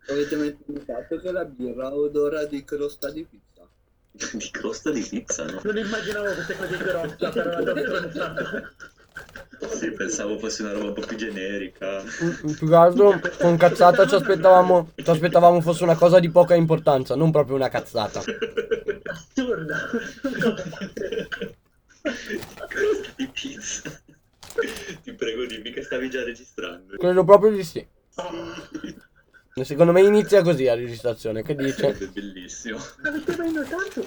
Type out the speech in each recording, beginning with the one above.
Avete mai pensato che la birra odora di crosta di pizza? Di crosta di pizza, no? Non immaginavo fosse così grossa, però la tua stronzata. Sì, pensavo fosse una roba un po' più generica. Più che altro con cazzata ci aspettavamo fosse una cosa di poca importanza, non proprio una cazzata. Assurda. Crosta di pizza. Ti prego, dimmi che stavi già registrando. Credo proprio di sì. Sì. Secondo me inizia così la registrazione, che dice? Sarebbe bellissimo. Avete mai notato?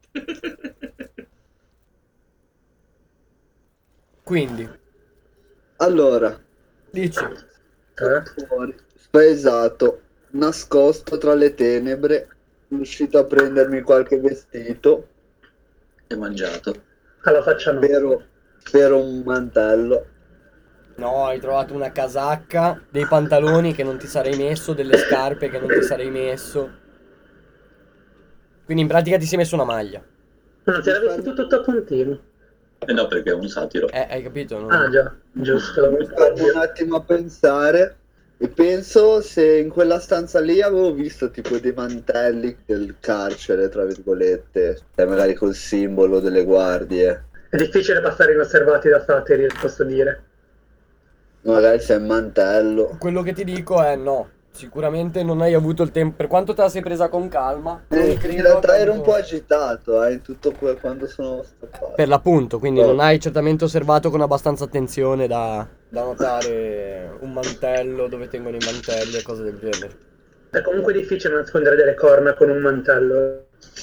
Quindi, Allora, dici, fuori, spaesato, nascosto tra le tenebre, riuscito a prendermi qualche vestito, È mangiato. Alla faccia no. spero un mantello. no, hai trovato una casacca, dei pantaloni che non ti sarei messo, delle scarpe che non ti sarei messo. Quindi in pratica ti sei messo una maglia. Non ti era vestito tutto a puntino. Eh no, perché è un satiro. Hai capito? No? Ah già, giusto. Mi fermo un attimo a pensare e penso se in quella stanza lì avevo visto tipo dei mantelli del carcere, tra virgolette, magari col simbolo delle guardie. È difficile passare inosservati da satiri, posso dire. Magari c'è il mantello. Quello che ti dico è no. Sicuramente non hai avuto il tempo. Per quanto te la sei presa con calma, non In credo realtà che ero un avuto- po' agitato in tutto quando sono scappato. Per l'appunto, quindi Oh. non hai certamente osservato con abbastanza attenzione da notare un mantello dove tengono i mantelli e cose del genere. È comunque difficile nascondere delle corna con un mantello.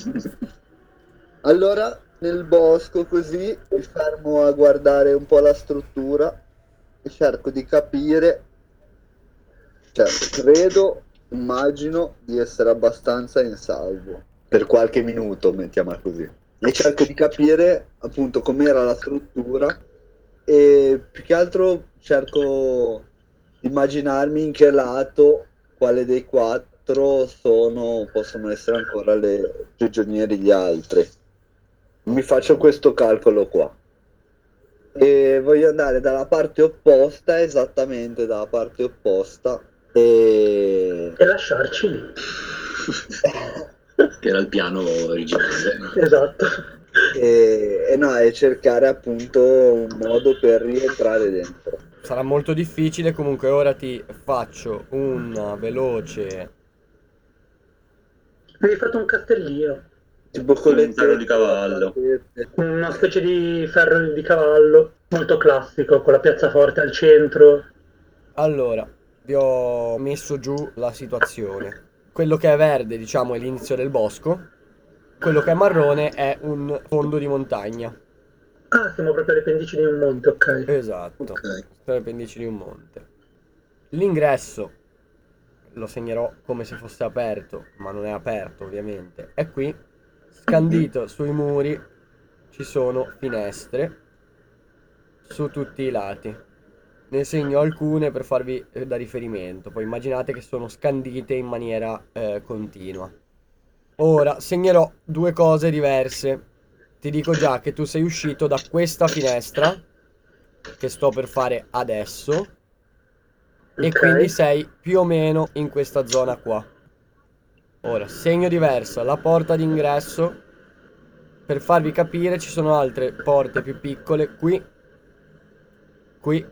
Allora, nel bosco così, mi fermo a guardare un po' la struttura e cerco di capire, cioè, immagino di essere abbastanza in salvo, per qualche minuto, mettiamola così. E cerco di capire appunto com'era la struttura e più che altro cerco di immaginarmi in che lato, quale dei quattro possono essere ancora le prigionieri gli altri. Mi faccio questo calcolo qua e voglio andare dalla parte opposta, esattamente dalla parte opposta e E lasciarci lì. Che era il piano originale. Esatto. e cercare appunto un modo per rientrare dentro. Sarà molto difficile, comunque ora ti faccio un veloce. Mi hai fatto un castellino. Tipo con le Un ferro di tette, cavallo. Una specie di ferro di cavallo, molto classico, con la piazzaforte al centro. Allora, vi ho messo giù la situazione. Quello che è verde, diciamo, è l'inizio del bosco. Quello che è marrone è un fondo di montagna. Ah, siamo proprio alle pendici di un monte, ok. Esatto. Ok. Per le pendici di un monte. L'ingresso lo segnerò come se fosse aperto, ma non è aperto, ovviamente. È qui, scandito sui muri, ci sono finestre su tutti i lati. Ne segno alcune per farvi da riferimento. Poi immaginate che sono scandite in maniera continua. Ora segnerò due cose diverse. Ti dico già che tu sei uscito da questa finestra che sto per fare adesso e Ok. quindi sei più o meno in questa zona qua. Ora segno diverso la porta d'ingresso. Per farvi capire ci sono altre porte più piccole qui, qui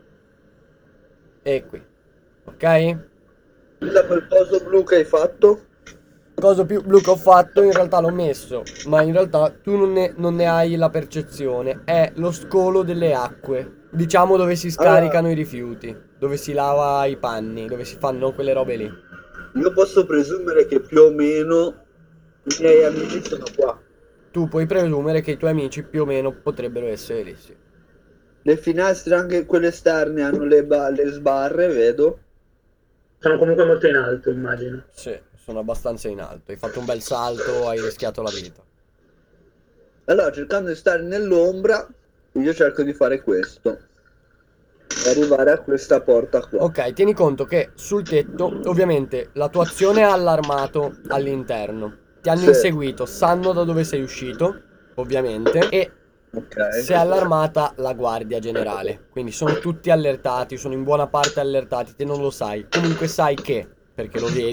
e qui. Ok? Da quel coso blu che hai fatto? Cosa più blu che ho fatto in realtà l'ho messo, ma in realtà tu non ne hai la percezione. È lo scolo delle acque, diciamo dove si scaricano i rifiuti, dove si lava i panni, dove si fanno quelle robe lì. Io posso presumere che più o meno i miei amici sono qua. Tu puoi presumere che i tuoi amici più o meno potrebbero essere lì, sì. Le finestre, anche quelle esterne, hanno le sbarre, vedo. Sono comunque molto in alto, immagino. Sì, sono abbastanza in alto. Hai fatto un bel salto, hai rischiato la vita. Allora, cercando di stare nell'ombra, io cerco di fare questo. E arrivare a questa porta qua. Ok, tieni conto che sul tetto, ovviamente, la tua azione ha allarmato all'interno. Ti hanno Sì. inseguito, sanno da dove sei uscito, ovviamente, e Ok. si è allarmata la guardia generale. Quindi sono tutti allertati, sono in buona parte allertati, te non lo sai. Comunque sai che, perché lo vedi,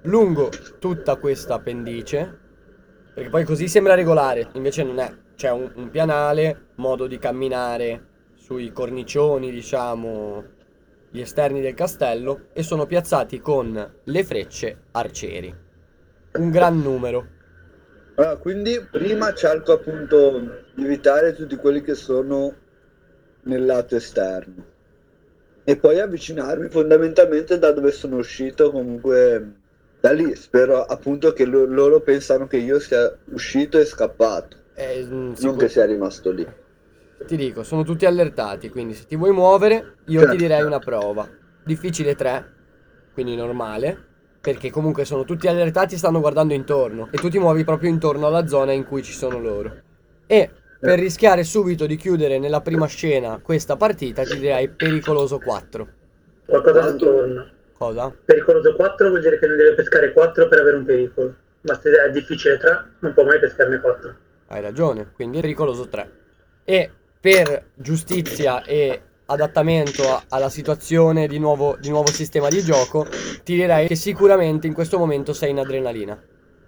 lungo tutta questa pendice, perché poi così sembra regolare, invece non è. C'è un pianale, modo di camminare sui cornicioni, diciamo, gli esterni del castello, e sono piazzati con le frecce arcieri. Un gran numero. Allora, quindi prima cerco appunto di evitare tutti quelli che sono nel lato esterno e poi avvicinarmi fondamentalmente da dove sono uscito, comunque da lì. Spero appunto che loro pensano che io sia uscito e scappato, non che sia rimasto lì. Ti dico, sono tutti allertati, quindi se ti vuoi muovere, io Certo. ti direi una prova. Difficile 3, quindi normale, perché comunque sono tutti allertati e stanno guardando intorno, e tu ti muovi proprio intorno alla zona in cui ci sono loro. E per rischiare subito di chiudere nella prima scena questa partita, ti direi pericoloso 4. Qualcosa non torna. Cosa? Pericoloso 4 vuol dire che ne deve pescare 4 per avere un pericolo. Ma se è difficile 3, non può mai pescarne 4. Hai ragione, quindi pericoloso 3. E per giustizia e adattamento alla situazione di nuovo sistema di gioco, ti direi che sicuramente in questo momento sei in adrenalina.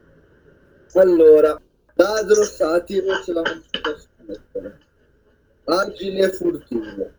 Allora, ladro, satiro, ce la non si posso mettere. Agile e furtivo.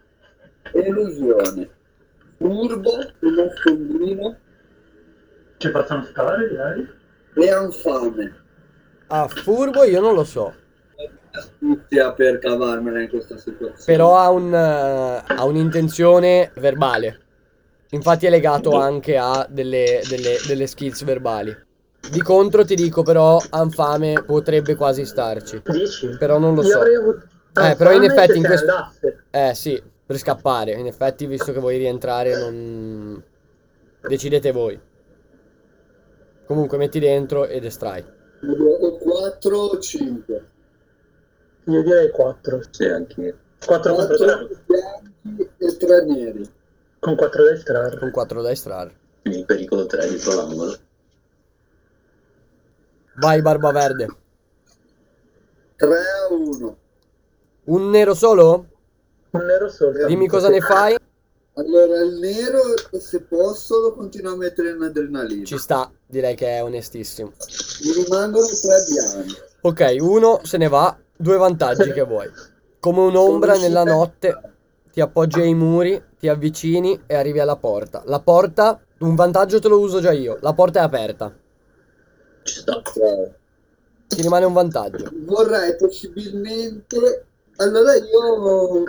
Elusione. Furbo, uno nascondino Ci facciamo stare, direi. e infame. Ah, furbo io non lo so, Astuzia per cavarmela in questa situazione. però ha un'intenzione verbale. Infatti è legato anche a delle skills verbali. Di contro ti dico però, infame potrebbe quasi starci. Dici? Però non lo Io so. avrei avuto... Però in effetti in se questo... andasse. Sì, per scappare. In effetti, visto che vuoi rientrare, non... Decidete voi. Comunque metti dentro ed estrai. O 4 o 5. Io direi 4. Sì, anche 4 contro 4 3. bianchi e 3 neri. Con 4 da estrarre. Con 4 da estrarre. il pericolo 3 dietro l'angolo. Vai, Barba Verde. 3-1. Un nero solo? Un nero solo. Dimmi cosa ne fai. Allora, il nero, se posso, lo continuo a mettere in adrenalina. Ci sta, direi che è onestissimo. Mi rimangono 3 bianchi. Ok, uno se ne va, 2 vantaggi che vuoi. Come un'ombra nella notte, ti appoggi ai muri, ti avvicini e arrivi alla porta. La porta, un vantaggio te lo uso già io, la porta è aperta. Ci sta. Ok. Ti rimane un vantaggio. Vorrei possibilmente... Allora io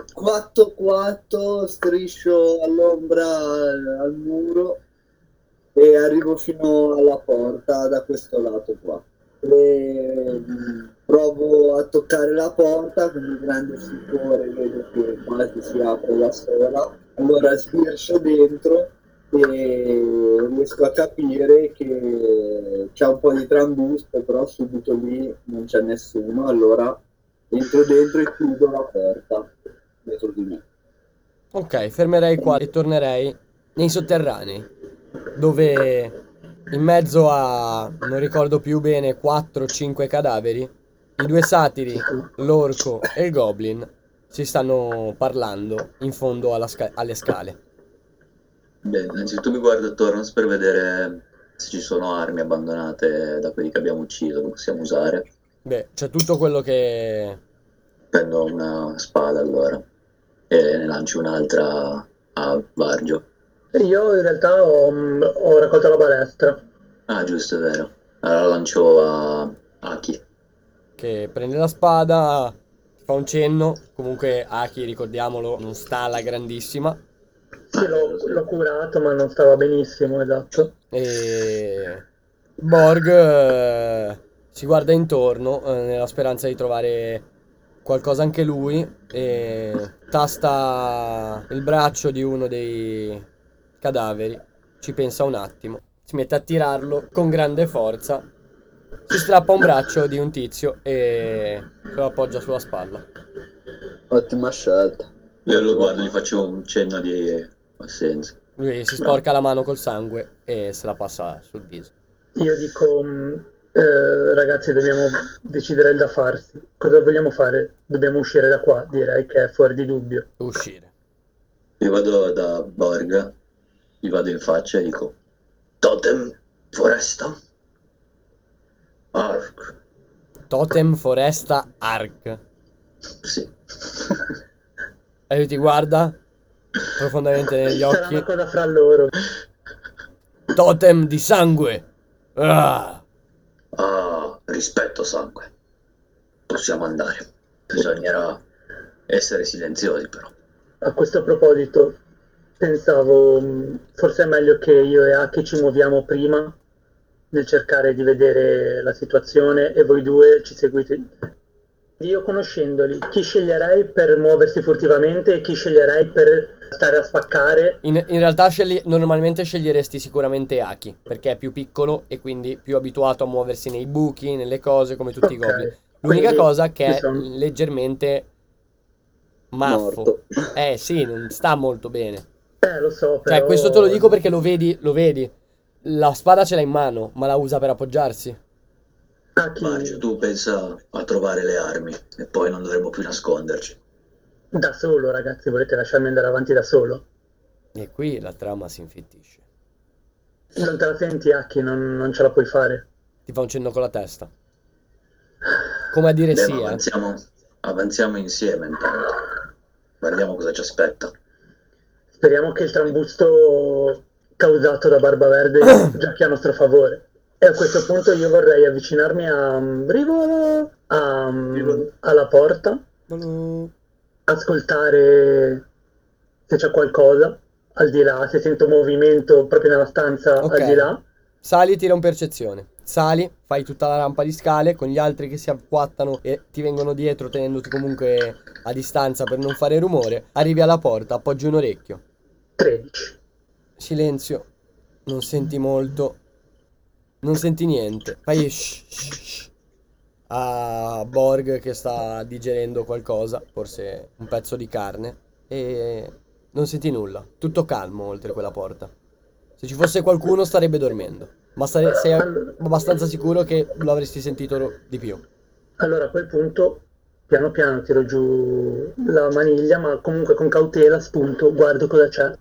4-4 striscio all'ombra al muro e arrivo fino alla porta da questo lato qua. E provo a toccare la porta con un grande stupore, vedo che quasi si apre da sola. Allora sbircio dentro e riesco a capire che c'è un po' di trambusto, però subito lì non c'è nessuno, allora entro dentro e chiudo la porta dietro di me. Ok, fermerei qua e tornerei nei sotterranei, dove in mezzo a, non ricordo più bene, 4-5 cadaveri, i 2 satiri, l'orco e il goblin, si stanno parlando in fondo alle scale. Bene, innanzitutto mi guardo attorno per vedere se ci sono armi abbandonate da quelli che abbiamo ucciso, che possiamo usare. Beh, c'è tutto quello che... Prendo una spada allora e ne lancio un'altra a Vargio. Io in realtà ho raccolto la balestra. Ah, giusto, è vero. Allora la lancio a Aki. che prende la spada, fa un cenno. Comunque Aki, ricordiamolo, non sta alla grandissima. Sì, l'ho curato, ma non stava benissimo, esatto. E Borg si guarda intorno nella speranza di trovare qualcosa anche lui e tasta il braccio di uno dei cadaveri, ci pensa un attimo, si mette a tirarlo con grande forza, si strappa un braccio di un tizio e lo appoggia sulla spalla. Ottima scelta. Io lo guardo e gli faccio un cenno di assenza. Lui si sporca la mano col sangue e se la passa sul viso. Io dico, ragazzi, dobbiamo decidere da farsi. Cosa vogliamo fare? Dobbiamo uscire da qua, direi che è fuori di dubbio. Uscire. Io vado da Borg, gli vado in faccia e dico: Totem, Foresta? Ark. Totem Foresta Ark. Sì. E lui ti guarda profondamente negli Sarà occhi. una cosa fra loro. Totem di sangue. Ah. Ah, rispetto sangue. Possiamo andare. Bisognerà essere silenziosi però. A questo proposito, pensavo, forse è meglio che io e Aki ci muoviamo prima nel cercare di vedere la situazione e voi due ci seguite. Io conoscendoli, chi sceglierei per muoversi furtivamente e chi sceglierei per stare a spaccare? In realtà normalmente sceglieresti sicuramente Aki, perché è più piccolo e quindi più abituato a muoversi nei buchi, nelle cose, come tutti i Ok, goblin. L'unica quindi cosa che ci è sono. leggermente maffo. Morto. Sì, non sta molto bene. Lo so, Cioè, però... questo te lo dico perché lo vedi. La spada ce l'ha in mano, ma la usa per appoggiarsi. Aki, Margio, tu pensa a trovare le armi e poi non dovremo più nasconderci. da solo, ragazzi, volete lasciarmi andare avanti da solo? E qui la trama si infittisce. Non te la senti, Aki, non ce la puoi fare. Ti fa un cenno con la testa. Come a dire Beh, sì, ma avanziamo insieme intanto. Guardiamo cosa ci aspetta. Speriamo che il trambusto causato da Barba Verde giochi a nostro favore. E a questo punto io vorrei avvicinarmi a Brivolo, alla porta, ascoltare se c'è qualcosa al di là, se sento movimento proprio nella stanza al di là. Ok. Sali, tira un percezione. Sali, fai tutta la rampa di scale con gli altri che si acquattano e ti vengono dietro tenendoti comunque a distanza per non fare rumore. Arrivi alla porta, appoggi un orecchio. 13. Silenzio. Non senti molto. Non senti niente. Fai shh, shh, shh a Borg che sta digerendo qualcosa, forse un pezzo di carne, e non senti nulla. Tutto calmo oltre quella porta. Se ci fosse qualcuno starebbe dormendo, ma sei abbastanza sicuro che lo avresti sentito di più. Allora a quel punto, piano piano tiro giù la maniglia, ma comunque con cautela, spunto, guardo cosa c'è.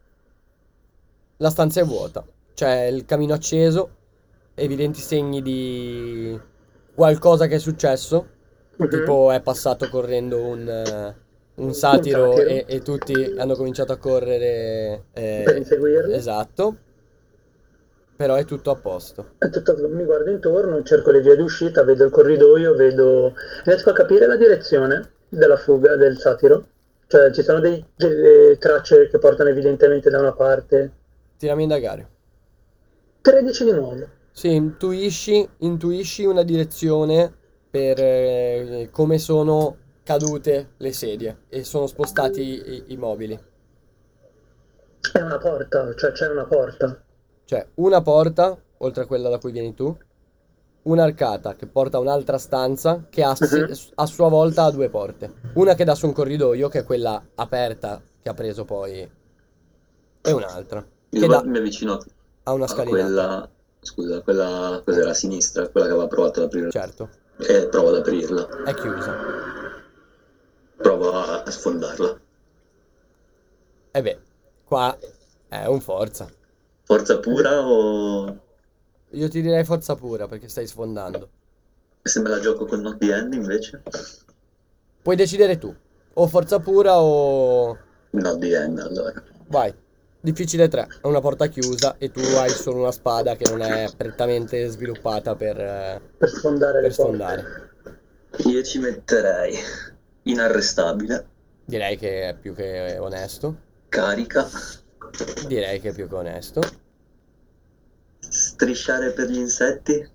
La stanza è vuota, c'è il camino acceso, evidenti segni di qualcosa che è successo, tipo è passato correndo un satiro satiro. e tutti hanno cominciato a correre. Per inseguirlo. Esatto, però è tutto a posto. Mi guardo intorno, cerco le vie d'uscita, vedo il corridoio, riesco a capire la direzione della fuga del satiro. Cioè ci sono delle tracce che portano evidentemente da una parte. Tirami a indagare. 13 di nuovo. Sì, intuisci una direzione per come sono cadute le sedie e sono spostati i mobili. È una porta, cioè c'è una porta. Cioè, una porta, oltre a quella da cui vieni tu, un'arcata che porta a un'altra stanza che a sua volta ha due porte. Una che dà su un corridoio, che è quella aperta che ha preso poi, e un'altra che Io dà mi avvicino a una a scalinata. quella... Scusa, quella cos'era a sinistra, quella che aveva provato ad aprirla. Certo, E provo ad aprirla. è chiusa. Provo a sfondarla. E beh, qua è un forza. Forza pura o... Io ti direi forza pura perché stai sfondando. Se me la gioco con Not the End invece? Puoi decidere tu, o forza pura o... Not the End allora. Vai. Difficile 3, è una porta chiusa e tu hai solo una spada che non è prettamente sviluppata per sfondare le sfondare. porte. Io ci metterei inarrestabile, Direi che è più che onesto. carica, Direi che è più che onesto. strisciare per gli insetti,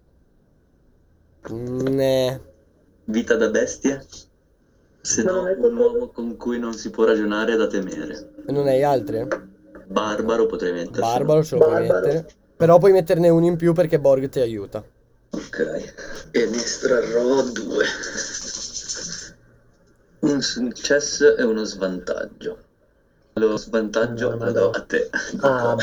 vita da bestia, se Ma no non è un quello- uomo con cui non si può ragionare è da temere. E non hai altre? Barbaro potrei metterci. Barbaro ce lo puoi Barbaro. mettere. Però puoi metterne uno in più perché Borg ti aiuta. Ok. E ne estrarrò 2. Un successo e uno svantaggio. Lo svantaggio No, lo do a te. Ah,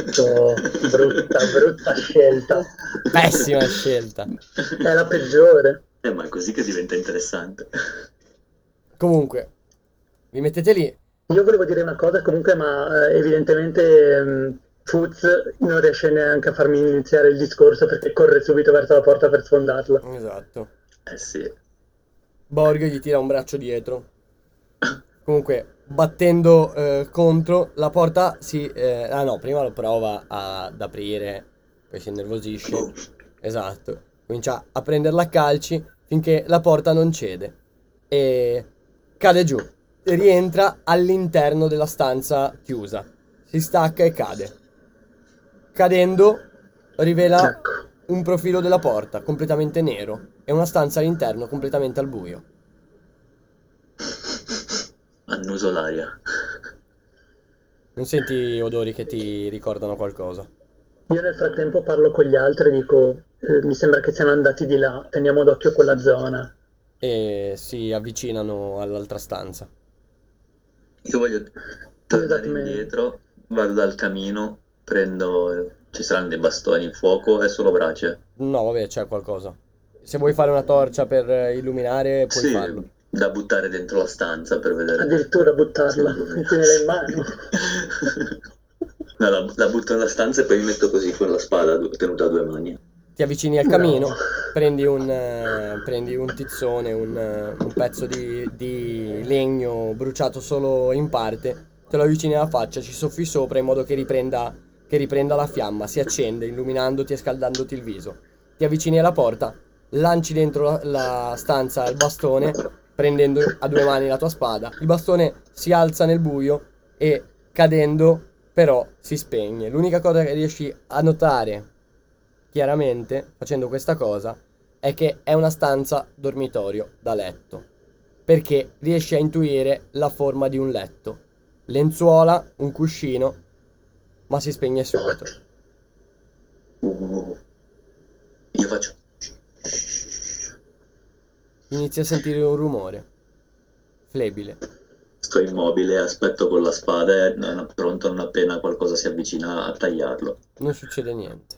brutta scelta. Pessima scelta. È la peggiore. Ma è così che diventa interessante. Comunque, vi mettete lì. Io volevo dire una cosa comunque, ma evidentemente Fuz non riesce neanche a farmi iniziare il discorso perché corre subito verso la porta per sfondarla. Esatto. Sì. Borg gli tira un braccio dietro. Comunque, battendo contro, la porta si... no, prima lo prova ad aprire, poi si innervosisce. Esatto. Comincia a prenderla a calci finché la porta non cede. E cade giù. Rientra all'interno della stanza chiusa. Si stacca e cade. Cadendo, rivela Ecco. un profilo della porta completamente nero e una stanza all'interno completamente al buio. Annuso l'aria. Non senti odori che ti ricordano qualcosa. Io nel frattempo parlo con gli altri e dico, mi sembra che siano andati di là, teniamo d'occhio quella zona. E si avvicinano all'altra stanza. Io voglio tornare Datemi- indietro, vado dal camino, prendo... Ci saranno dei bastoni in fuoco e solo brace. No, vabbè, c'è qualcosa. Se vuoi fare una torcia per illuminare, puoi Sì, farlo. da buttare dentro la stanza per vedere. Addirittura buttarla, tenere in mano. No, la butto nella stanza e poi mi metto così con la spada tenuta a due mani. Ti avvicini al No. camino, prendi un tizzone, un pezzo di legno bruciato solo in parte, te lo avvicini alla faccia, ci soffi sopra in modo che riprenda la fiamma, si accende illuminandoti e scaldandoti il viso. Ti avvicini alla porta, lanci dentro la stanza il bastone, prendendo a due mani la tua spada. Il bastone si alza nel buio e cadendo però si spegne. L'unica cosa che riesci a notare chiaramente facendo questa cosa è che è una stanza dormitorio da letto, perché riesci a intuire la forma di un letto, lenzuola, un cuscino, ma si spegne subito. Io faccio... Inizi a sentire un rumore flebile. Sto immobile, aspetto con la spada e pronto non appena qualcosa si avvicina a tagliarlo. Non succede niente.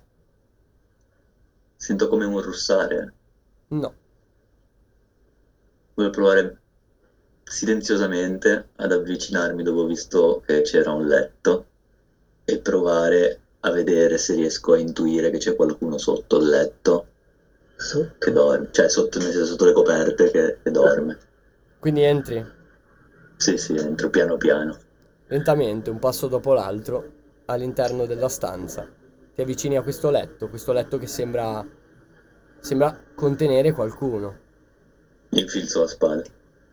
Sento come un russare. No. Voglio provare silenziosamente ad avvicinarmi dove ho visto che c'era un letto e provare a vedere se riesco a intuire che c'è qualcuno sotto il letto che dorme, cioè sotto le coperte che dorme. Quindi entri Sì, entro piano piano. lentamente, un passo dopo l'altro, all'interno della stanza. Ti avvicini a questo letto che sembra contenere qualcuno. Infilzo la spada.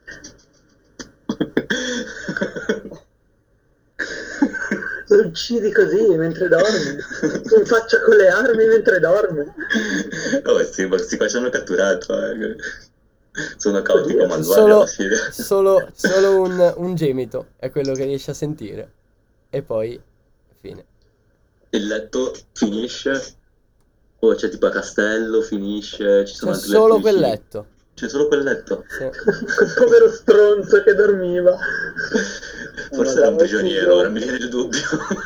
Lo uccidi così mentre dormi, in faccia con le armi mentre dormi. Oh, sti qua ci hanno catturato. Sono caotico malvagio Solo, alla fine. solo un gemito è quello che riesci a sentire. E poi, fine. Il letto finisce, o c'è tipo a castello, finisce, ci sono C'è altri solo letti quel vicini. letto. C'è solo quel letto? Sì. Quel povero stronzo che dormiva. Forse era un prigioniero, ora mi viene il dubbio.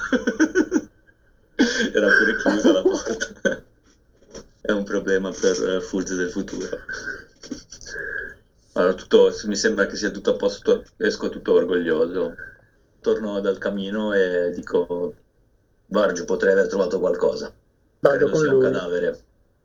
Era pure chiusa la porta. È un problema per Fuzz del futuro. Allora, mi sembra che sia tutto a posto, esco tutto orgoglioso. Torno dal camino e dico: Vargio, potrei aver trovato qualcosa. Vado Credo con sia un lui. cadavere.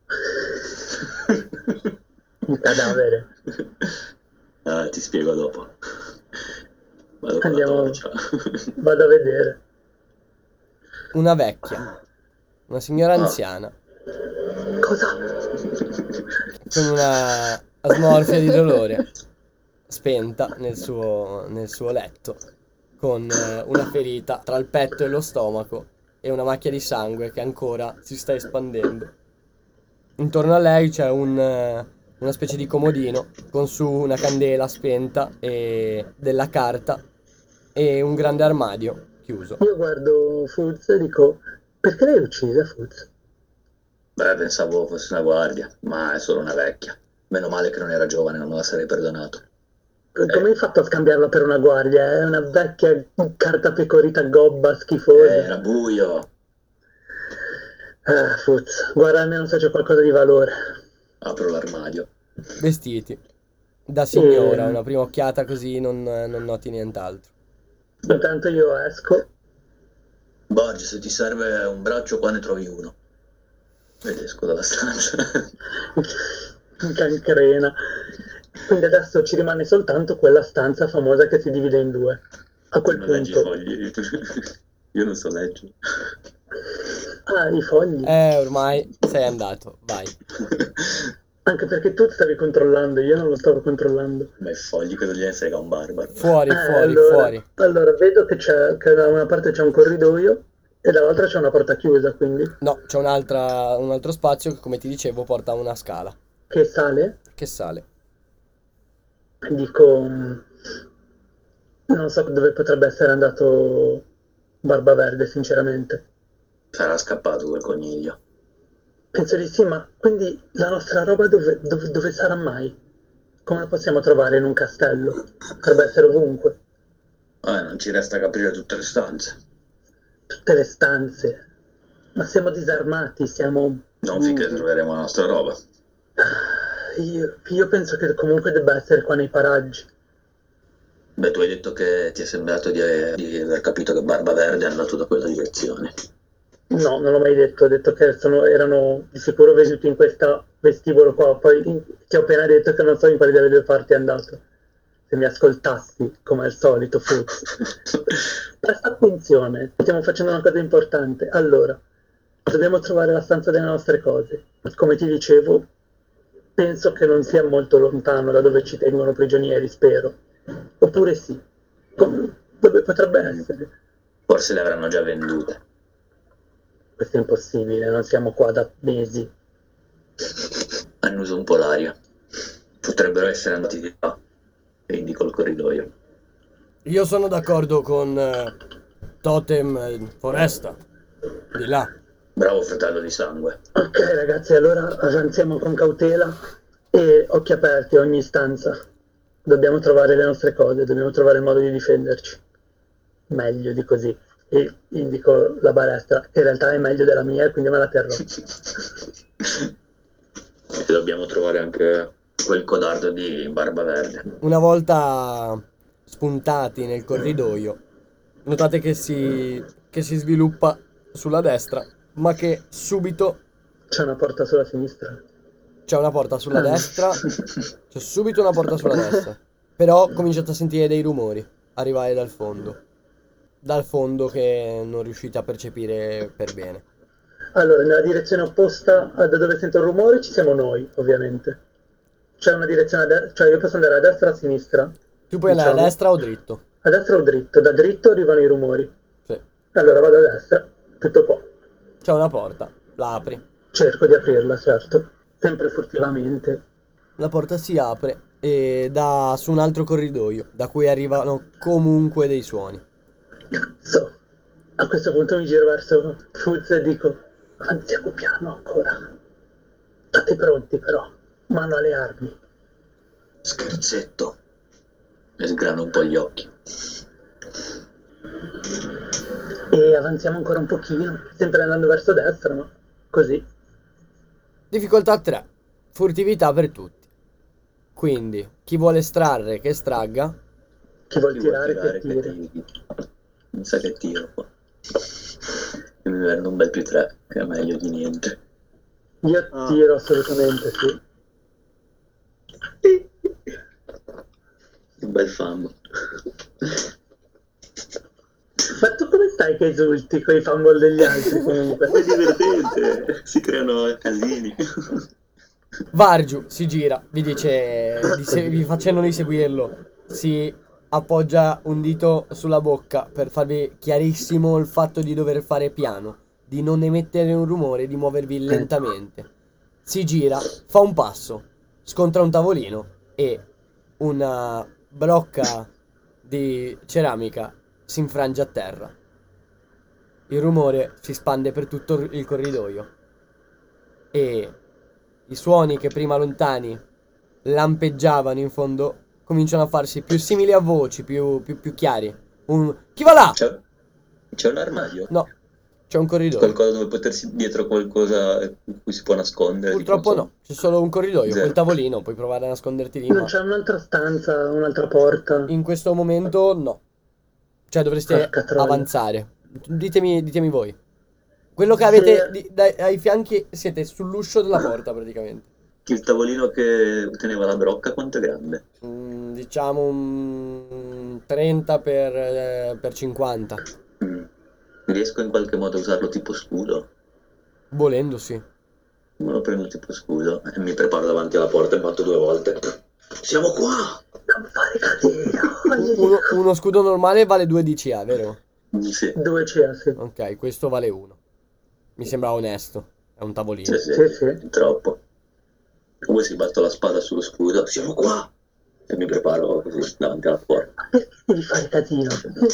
Un cadavere. Ti spiego dopo. Vado con Andiamo. la torcia. Vado a vedere. Una vecchia, una signora anziana, Cosa? con una smorfia di dolore, spenta nel suo letto, con una ferita tra il petto e lo stomaco e una macchia di sangue che ancora si sta espandendo. Intorno a lei c'è una specie di comodino con su una candela spenta e della carta e un grande armadio chiuso. Io guardo Fuz e dico, perché l'hai uccisa Fuz? Beh, pensavo fosse una guardia, ma è solo una vecchia. Meno male che non era giovane, non me la sarei perdonato. Come hai fatto a scambiarla per una guardia? È una vecchia cartapecorita gobba schifosa. Era buio. Fuz, guarda almeno se c'è qualcosa di valore. Apro l'armadio. Vestiti da signora, una prima occhiata così non noti nient'altro. Intanto io esco. Borgia, se ti serve un braccio qua ne trovi uno. Vedi, esco dalla stanza. Cancrena. Quindi adesso ci rimane soltanto quella stanza famosa che si divide in due. A quel Non leggi i punto... fogli. Io non so leggere. Ah, i fogli. Ormai sei andato, vai. Anche perché tu stavi controllando, io non lo stavo controllando. Ma i fogli cosa gli frega un barbaro? Fuori, allora, fuori. Allora, vedo che da una parte c'è un corridoio e dall'altra c'è una porta chiusa, quindi... No, c'è un altro spazio che, come ti dicevo, porta a una scala Che sale? che sale. Dico... Non so dove potrebbe essere andato Barbaverde, sinceramente. Sarà scappato quel coniglio. Penso di sì, ma quindi la nostra roba dove sarà mai? Come la possiamo trovare in un castello? Potrebbe essere ovunque. Non ci resta che aprire tutte le stanze. Tutte le stanze. Ma siamo disarmati, siamo... Non finché troveremo la nostra roba. Io penso che comunque debba essere qua nei paraggi. Beh, tu hai detto che ti è sembrato di aver capito che Barba Verde è andato da quella direzione. No, non l'ho mai detto, ho detto che erano di sicuro venuti in questa vestibolo qua, poi ti ho appena detto che non so in quale delle due parti è andato. Se mi ascoltassi, come al solito, Fuz. Presta attenzione, stiamo facendo una cosa importante. Allora, dobbiamo trovare la stanza delle nostre cose. Come ti dicevo, penso che non sia molto lontano da dove ci tengono prigionieri, spero. Oppure sì. Dove potrebbe essere? Forse le avranno già vendute. Questo è impossibile, non siamo qua da mesi. Hanno usato un po' l'aria. Potrebbero essere andati di là. E indico il corridoio. Io sono d'accordo con Totem Foresta. Di là. Bravo fratello di sangue. Ok ragazzi, allora avanziamo con cautela e occhi aperti a ogni stanza. Dobbiamo trovare le nostre cose, dobbiamo trovare il modo di difenderci. Meglio di così. E indico la balestra, che in realtà è meglio della mia, quindi me la terrò. E dobbiamo trovare anche quel codardo di Barba Verde. Una volta spuntati nel corridoio, notate che si sviluppa sulla destra, ma che subito C'è una porta sulla sinistra. c'è una porta sulla destra. C'è subito una porta sulla destra. Però cominciate a sentire dei rumori arrivare dal fondo. Dal fondo che non riuscite a percepire per bene. Allora, nella direzione opposta a da dove sento il rumore ci siamo noi, ovviamente. C'è una direzione cioè io posso andare a destra o a sinistra? Tu puoi andare a destra o dritto? A destra o dritto? Da dritto arrivano i rumori. Sì. Allora vado a destra, tutto qua. C'è una porta, la apri. Cerco di aprirla, certo. Sempre furtivamente. La porta si apre e dà su un altro corridoio, da cui arrivano comunque dei suoni. Cazzo. A questo punto mi giro verso Fuz e dico, avanziamo piano ancora. State pronti però, mano alle armi. Scherzetto. E sgrano un po' gli occhi. E avanziamo ancora un pochino, sempre andando verso destra, ma così. Difficoltà 3. Furtività per tutti. Quindi, chi vuole estrarre che estragga. Chi vuol Chi tirare, vuol che tirare, tiri. tiri. Mi sa che tiro qua. E mi verrebbe un bel più 3, che è meglio di niente. Io tiro assolutamente, sì. Un bel fumble. Ma tu come stai che esulti con i fumble degli altri comunque? È divertente, si creano casini. Vargiu si gira, vi dice, vi facendo di seguirlo. Si appoggia un dito sulla bocca per farvi chiarissimo il fatto di dover fare piano, di non emettere un rumore, di muovervi lentamente. Si gira, fa un passo, scontra un tavolino e una brocca di ceramica si infrange a terra. Il rumore si spande per tutto il corridoio e i suoni che prima lontani lampeggiavano in fondo cominciano a farsi più simili a voci, più chiari. Chi va là? C'è un armadio? No, c'è un corridoio. Qualcosa dove potersi dietro qualcosa in cui si può nascondere? Purtroppo no, c'è solo un corridoio, Zero. quel tavolino, puoi provare a nasconderti lì, Non ma c'è un'altra stanza, un'altra porta. in questo momento no. Cioè dovreste Porca troia. avanzare. Ditemi voi. Quello che avete ai fianchi, siete sull'uscio della porta praticamente. Il tavolino che teneva la brocca, quanto è grande? Diciamo un 30 per 50. Riesco in qualche modo a usarlo tipo scudo? Volendo, sì. Me lo prendo tipo scudo e mi preparo davanti alla porta e batto 2 volte. Siamo qua! Non fare casino. Uno scudo normale vale 2 DCA, vero? Sì. 2 CA, sì. Ok, questo vale 1. Mi sembra onesto. È un tavolino. Sì. Troppo. Come si batto la spada sullo scudo? Siamo qua! E mi preparo così davanti alla porta. Ma perché devi fare casino?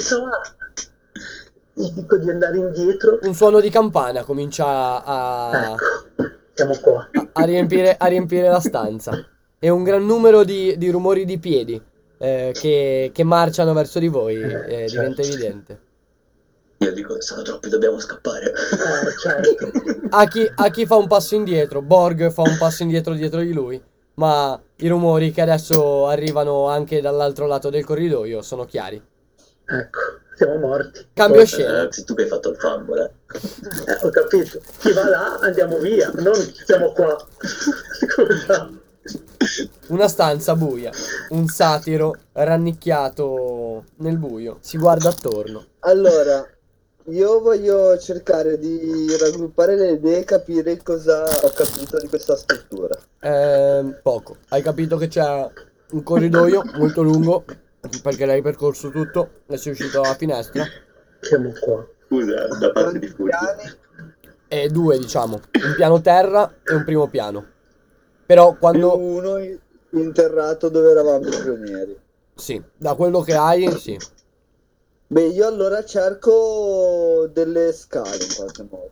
Gli dico di andare indietro. Un suono di campana comincia Ecco, siamo qua. a riempire la stanza. E un gran numero di rumori di piedi che marciano verso di voi. Diventa evidente. Io dico, sono troppi, dobbiamo scappare. Certo. A chi fa un passo indietro, Borg fa un passo indietro dietro di lui, ma i rumori che adesso arrivano anche dall'altro lato del corridoio sono chiari. Ecco, siamo morti. Cambio scena. Sei tu che hai fatto il fumble, Ho capito. Chi va là andiamo via, non siamo qua. Scusa. Una stanza buia, un satiro rannicchiato nel buio, si guarda attorno. Allora, io voglio cercare di raggruppare le idee e capire cosa ho capito di questa struttura. Poco. Hai capito che c'è un corridoio molto lungo, perché l'hai percorso tutto e sei uscito dalla finestra. Siamo qua. Scusa, da parte di Fulvio. E 2, diciamo, un piano terra e un primo piano. Però quando... Più uno interrato dove eravamo i pionieri. Sì, da quello che hai, sì. Beh, io allora cerco delle scale in qualche modo.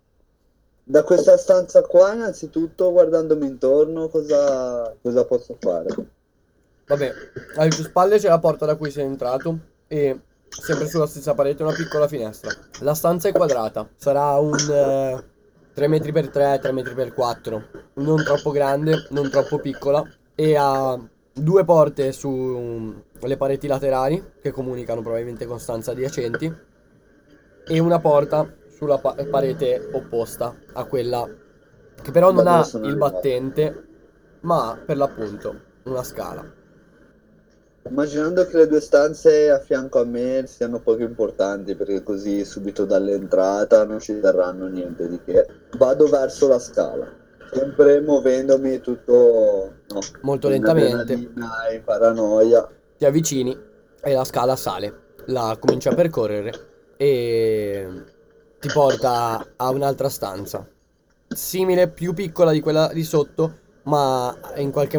Da questa stanza qua, innanzitutto, guardandomi intorno, cosa posso fare? Vabbè, alle tue spalle c'è la porta da cui sei entrato e sempre sulla stessa parete una piccola finestra. La stanza è quadrata, sarà un 3 metri per 3, 3 metri per 4, non troppo grande, non troppo piccola, e ha 2 porte sulle pareti laterali che comunicano probabilmente con stanze adiacenti e una porta sulla parete opposta a quella che però non ha il battente, ma ha per l'appunto una scala. Immaginando che le due stanze a fianco a me siano poco importanti, perché così subito dall'entrata non ci terranno niente di che, vado verso la scala, sempre muovendomi tutto molto in lentamente. adrenalina e paranoia. Ti avvicini e la scala sale, la cominci a percorrere e ti porta a un'altra stanza, simile, più piccola di quella di sotto, ma in qualche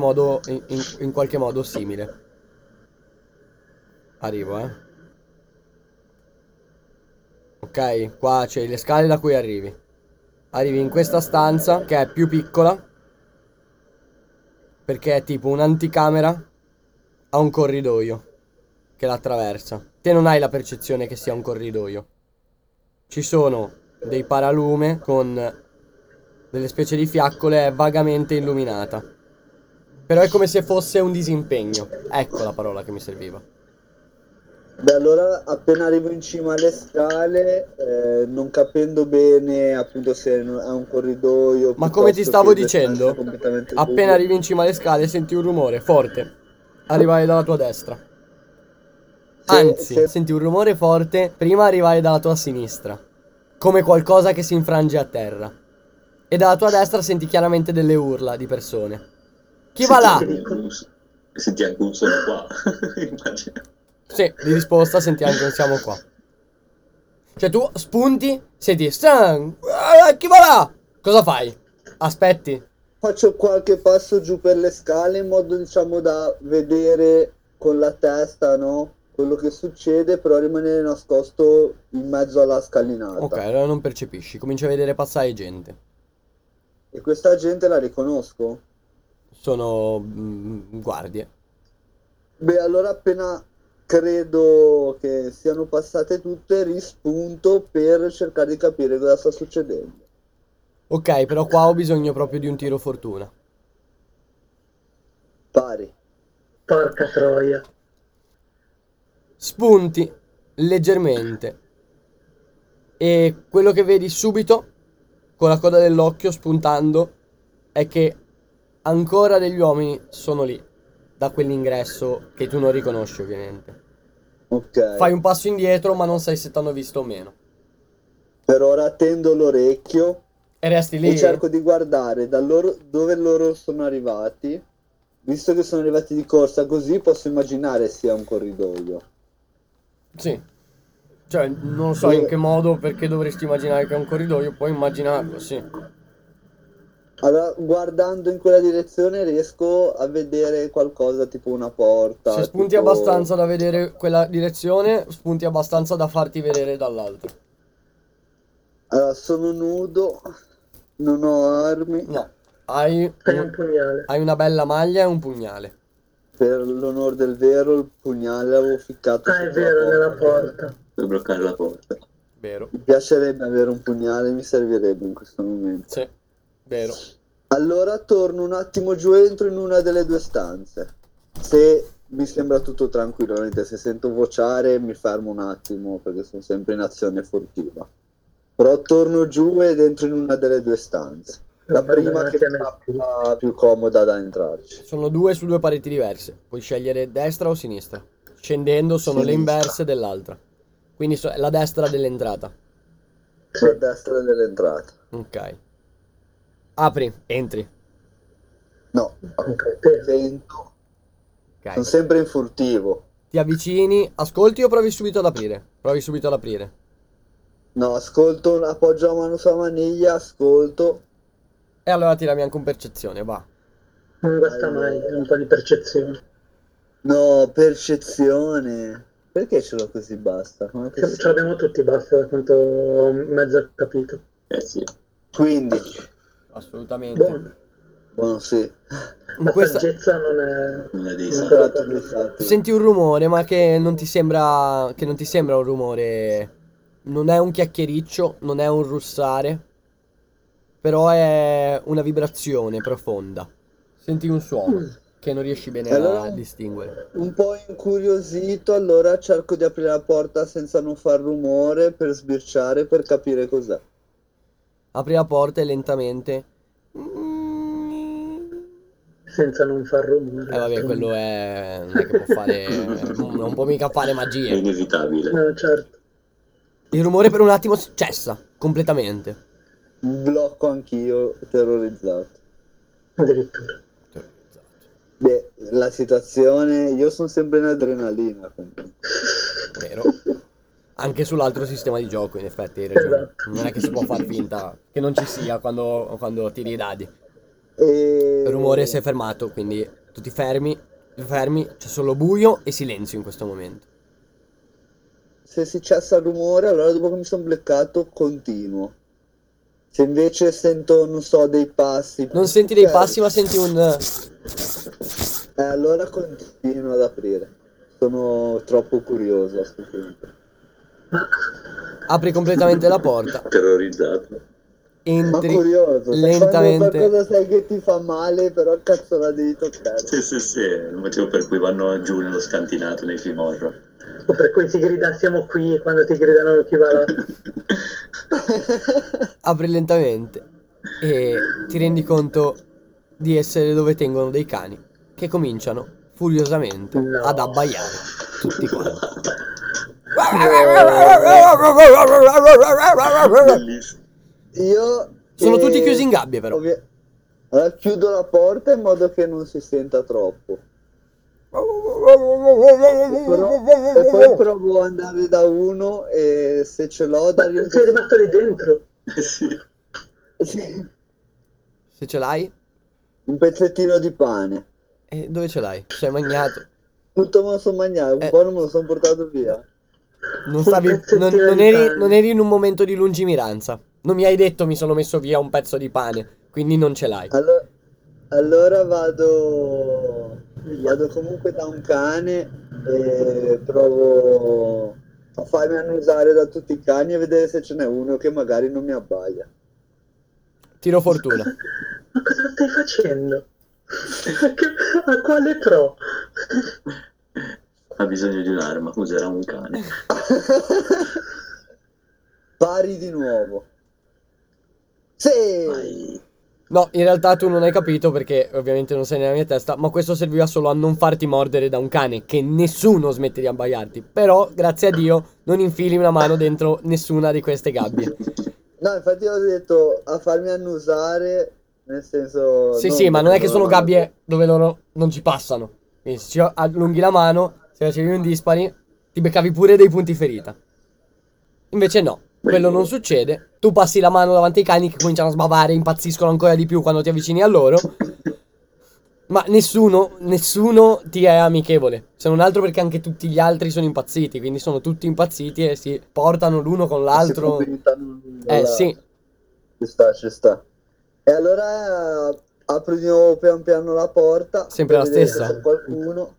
modo simile. Arrivo, Ok, qua c'è le scale da cui arrivi. Arrivi in questa stanza che è più piccola, perché è tipo un'anticamera a un corridoio che la attraversa. Te non hai la percezione che sia un corridoio. Ci sono dei paralume con delle specie di fiaccole, è vagamente illuminata. Però è come se fosse un disimpegno. Ecco la parola che mi serviva. Beh, allora appena arrivo in cima alle scale, non capendo bene appunto se è un corridoio, ma come ti stavo piuttosto che due stanze dicendo, completamente appena buie. arrivi in cima alle scale senti un rumore forte arrivare dalla tua destra. Anzi, senti un rumore forte prima arrivare dalla tua sinistra, come qualcosa che si infrange a terra. E dalla tua destra senti chiaramente delle urla di persone. Chi va là? Senti anche un suono qua, immagino. Sì, di risposta senti anche un siamo qua. Cioè tu spunti, senti Stan, chi va là? Cosa fai? Aspetti. Faccio qualche passo giù per le scale in modo, diciamo, da vedere con la testa, no? Quello che succede, però rimanere nascosto in mezzo alla scalinata. Ok, allora non percepisci, cominci a vedere passare gente. E questa gente la riconosco? Sono guardie. Beh, allora appena credo che siano passate tutte, rispunto per cercare di capire cosa sta succedendo. Ok, però qua ho bisogno proprio di un tiro fortuna. Pari. Porca troia. Spunti leggermente E quello che vedi subito, con la coda dell'occhio spuntando, è che ancora degli uomini sono lì, da quell'ingresso che tu non riconosci ovviamente. Ok. Fai un passo indietro, ma non sai se ti hanno visto o meno. Per ora tendo l'orecchio E resti lì? e cerco di guardare dove loro sono arrivati. Visto che sono arrivati di corsa così, posso immaginare sia un corridoio. Sì. Cioè, non so in che modo, perché dovresti immaginare che è un corridoio, puoi immaginarlo, sì. Allora, guardando in quella direzione riesco a vedere qualcosa tipo una porta. Se spunti tipo- abbastanza da vedere quella direzione, spunti abbastanza da farti vedere dall'altra. Allora, sono nudo, non ho armi. No, hai Hai un pugnale. hai una bella maglia e un pugnale. Per l'onore del vero, il pugnale l'avevo ficcato Ah, è sotto la vero, porta. nella porta. Per bloccare la porta. Vero? Mi piacerebbe avere un pugnale, mi servirebbe in questo momento. Sì, vero. Allora torno un attimo giù e entro in una delle due stanze. Se mi sembra tutto tranquillo, ovviamente se sento vociare mi fermo un attimo perché sono sempre in azione furtiva. Però torno giù ed entro in una delle due stanze. La prima che mi fa più comoda da entrarci. Sono due su due pareti diverse. Puoi scegliere destra o sinistra. Scendendo sono le Sinistra. inverse dell'altra. Quindi la destra dell'entrata. A destra dell'entrata. Ok. Apri, entri. No, Ok, te. sento. Sono Ok. sempre in furtivo. Ti avvicini, ascolti o provi subito ad aprire? Provi subito ad aprire. No, ascolto, appoggio la mano sulla maniglia, ascolto. E allora tirami anche un percezione, va. Non basta mai, un po' di percezione. No, percezione. Perché ce l'ho così basta? Come è Ce possibile? l'abbiamo tutti, basta, da quanto ho mezzo capito. Sì. 15. Assolutamente. Buono. Buono, sì. In La questa saggezza non è... Non è dei non santi. è Tratto dei fatti. senti un rumore, ma che non ti sembra un rumore. Non è un chiacchiericcio, non è un russare, però è una vibrazione profonda. Senti un suono che non riesci bene a Allora- distinguere. Un po' incuriosito, allora cerco di aprire la porta senza non far rumore per sbirciare, per capire cos'è. Apri la porta e lentamente. senza non far rumore. Vabbè, quello è. Non è che può fare. Non può mica fare È magie. inevitabile. No, certo. Il rumore per un attimo cessa completamente. Blocco anch'io, terrorizzato. Addirittura. Beh, la situazione, io sono sempre in adrenalina. Quindi. Vero. Anche sull'altro sistema di gioco, in effetti, hai ragione. Esatto. Non è che si può far finta che non ci sia quando tiri i dadi. E... Il rumore si è fermato, quindi tu ti fermi, c'è solo buio e silenzio in questo momento. Se si cessa il rumore, allora dopo che mi sono bloccato, continuo. Se invece sento, non so, dei passi... Non senti dei Ok, passi, ma senti un. allora continuo ad aprire. Sono troppo curioso a questo punto. Apri completamente la porta, Terrorizzato. Ma entri curioso, sai, quando lentamente. qualcosa sai che ti fa male, però cazzo la devi toccare. Sì, è il motivo per cui vanno giù nello scantinato nei film horror. O per cui ti grida siamo qui quando ti gridano chi va là. Apri lentamente e ti rendi conto di essere dove tengono dei cani che cominciano furiosamente No. ad abbaiare tutti quanti. Bellissimo. Io... Sono tutti chiusi in gabbie, però. Allora chiudo la porta in modo che non si senta troppo. E poi provo ad andare da uno e se ce l'ho Ma dargli un sei rimasto lì dentro? Sì. sì, Se ce l'hai, un pezzettino di pane. e dove ce l'hai? Ci hai magnato. Tutto me lo sono mangiato, un po' non me lo sono portato via. Non eri in un momento di lungimiranza. Non mi hai detto mi sono messo via un pezzo di pane, quindi non ce l'hai. Allora vado comunque da un cane e provo a farmi annusare da tutti i cani e vedere se ce n'è uno che magari non mi abbaia. Tiro fortuna. Ma cosa stai facendo? A quale pro? Ha bisogno di un'arma, userà un cane. Spari di nuovo. Sì! Vai. No, in realtà tu non hai capito perché ovviamente non sei nella mia testa, ma questo serviva solo a non farti mordere da un cane, che nessuno smette di abbaiarti. Però, grazie a Dio, non infili una mano dentro nessuna di queste gabbie. No, infatti ho detto a farmi annusare, nel senso... Sì, ma non è che sono mano. gabbie dove loro non ci passano. Quindi se ci allunghi la mano, se facevi un dispari, ti beccavi pure dei punti ferita. Invece no, quello non succede. Tu passi la mano davanti ai cani che cominciano a sbavare, impazziscono ancora di più quando ti avvicini a loro. Ma nessuno ti è amichevole. Se non altro perché anche tutti gli altri sono impazziti. Quindi sono tutti impazziti e si portano l'uno con l'altro. Si commentano Sì. Ci sta. E allora apro di nuovo pian piano la porta. Sempre per la vedere stessa? se c'è qualcuno.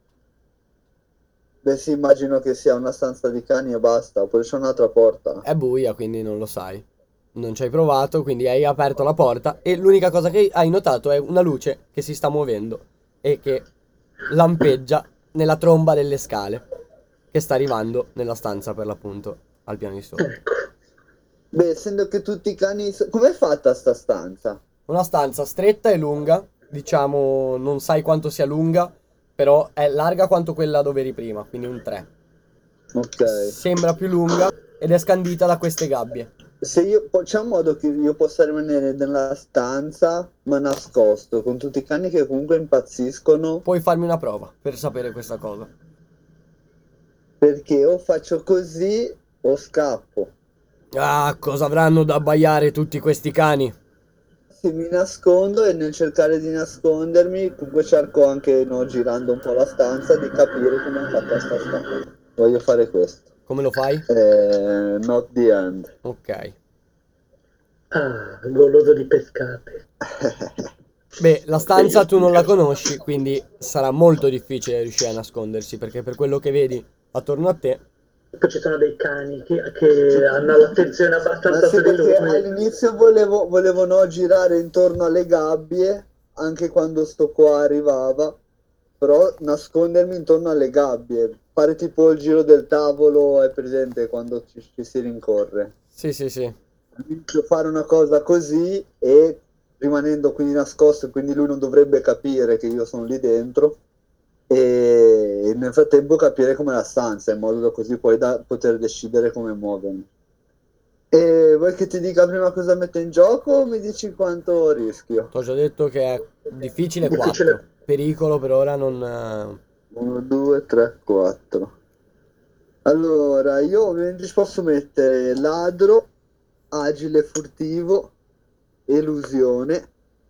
Beh sì, immagino che sia una stanza di cani e basta. Poi c'è un'altra porta. È buia, quindi non lo sai. Non ci hai provato, quindi hai aperto la porta e l'unica cosa che hai notato è una luce che si sta muovendo e che lampeggia nella tromba delle scale che sta arrivando nella stanza per l'appunto al piano di sopra. Beh, essendo che tutti i cani... Com'è fatta sta stanza? Una stanza stretta e lunga, diciamo non sai quanto sia lunga, però è larga quanto quella dove eri prima, quindi un 3. Ok. Sembra più lunga ed è scandita da queste gabbie. Se io... C'è un modo che io possa rimanere nella stanza, ma nascosto, con tutti i cani che comunque impazziscono, Puoi farmi una prova per sapere questa cosa. perché o faccio così o scappo. Ah, cosa avranno da abbaiare tutti questi cani? Se mi nascondo e nel cercare di nascondermi, comunque cerco anche, no, girando un po' la stanza, di capire come è fatta sta stanza. Voglio fare questo. Come lo fai? Not the end. Ok. Ah, goloso di pescate. Beh, la stanza tu non la conosci, quindi sarà molto difficile riuscire a nascondersi, perché per quello che vedi attorno a te, Poi ci sono dei cani che hanno l'attenzione Ma abbastanza sì, su di perché lui. all'inizio volevo no, girare intorno alle gabbie, anche quando sto qua arrivava, però nascondermi intorno alle gabbie, fare tipo il giro del tavolo, è presente quando ci si rincorre. sì. Inizio a fare una cosa così e rimanendo quindi nascosto, quindi lui non dovrebbe capire che io sono lì dentro, e nel frattempo capire com'è la stanza, in modo da così poi da poter decidere come muovermi. E vuoi che ti dica prima cosa metto in gioco o mi dici quanto rischio? ti ho già detto che è difficile Difficile. 4. Pericolo per ora non... 1, 2, 3, 4. Allora, io ovviamente ci posso mettere ladro, agile, furtivo, elusione,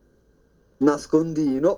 nascondino,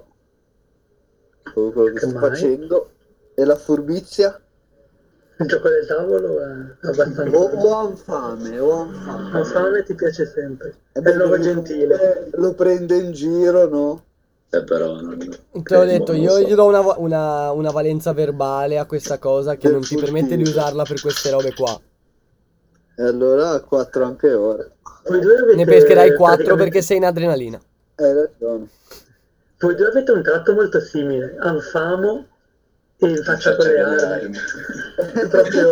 quello che sto Mai. facendo, e la furbizia, Il gioco del tavolo è abbastanza... o anfame, o anfame. La fame ti piace sempre. Eh È beh, il nuovo perché gentile. comunque lo prende in giro, no? Però non... Te l'ho detto, non lo io so. gli do una valenza verbale a questa cosa che Del non ti permette di furtivo. usarla per queste robe qua. E allora 4 anche ora. Voi due avete Ne pescherai 4 praticamente- perché sei in adrenalina. Hai ragione. Voi due avete un tratto molto simile. Anfamo e faccia con le armi. È proprio...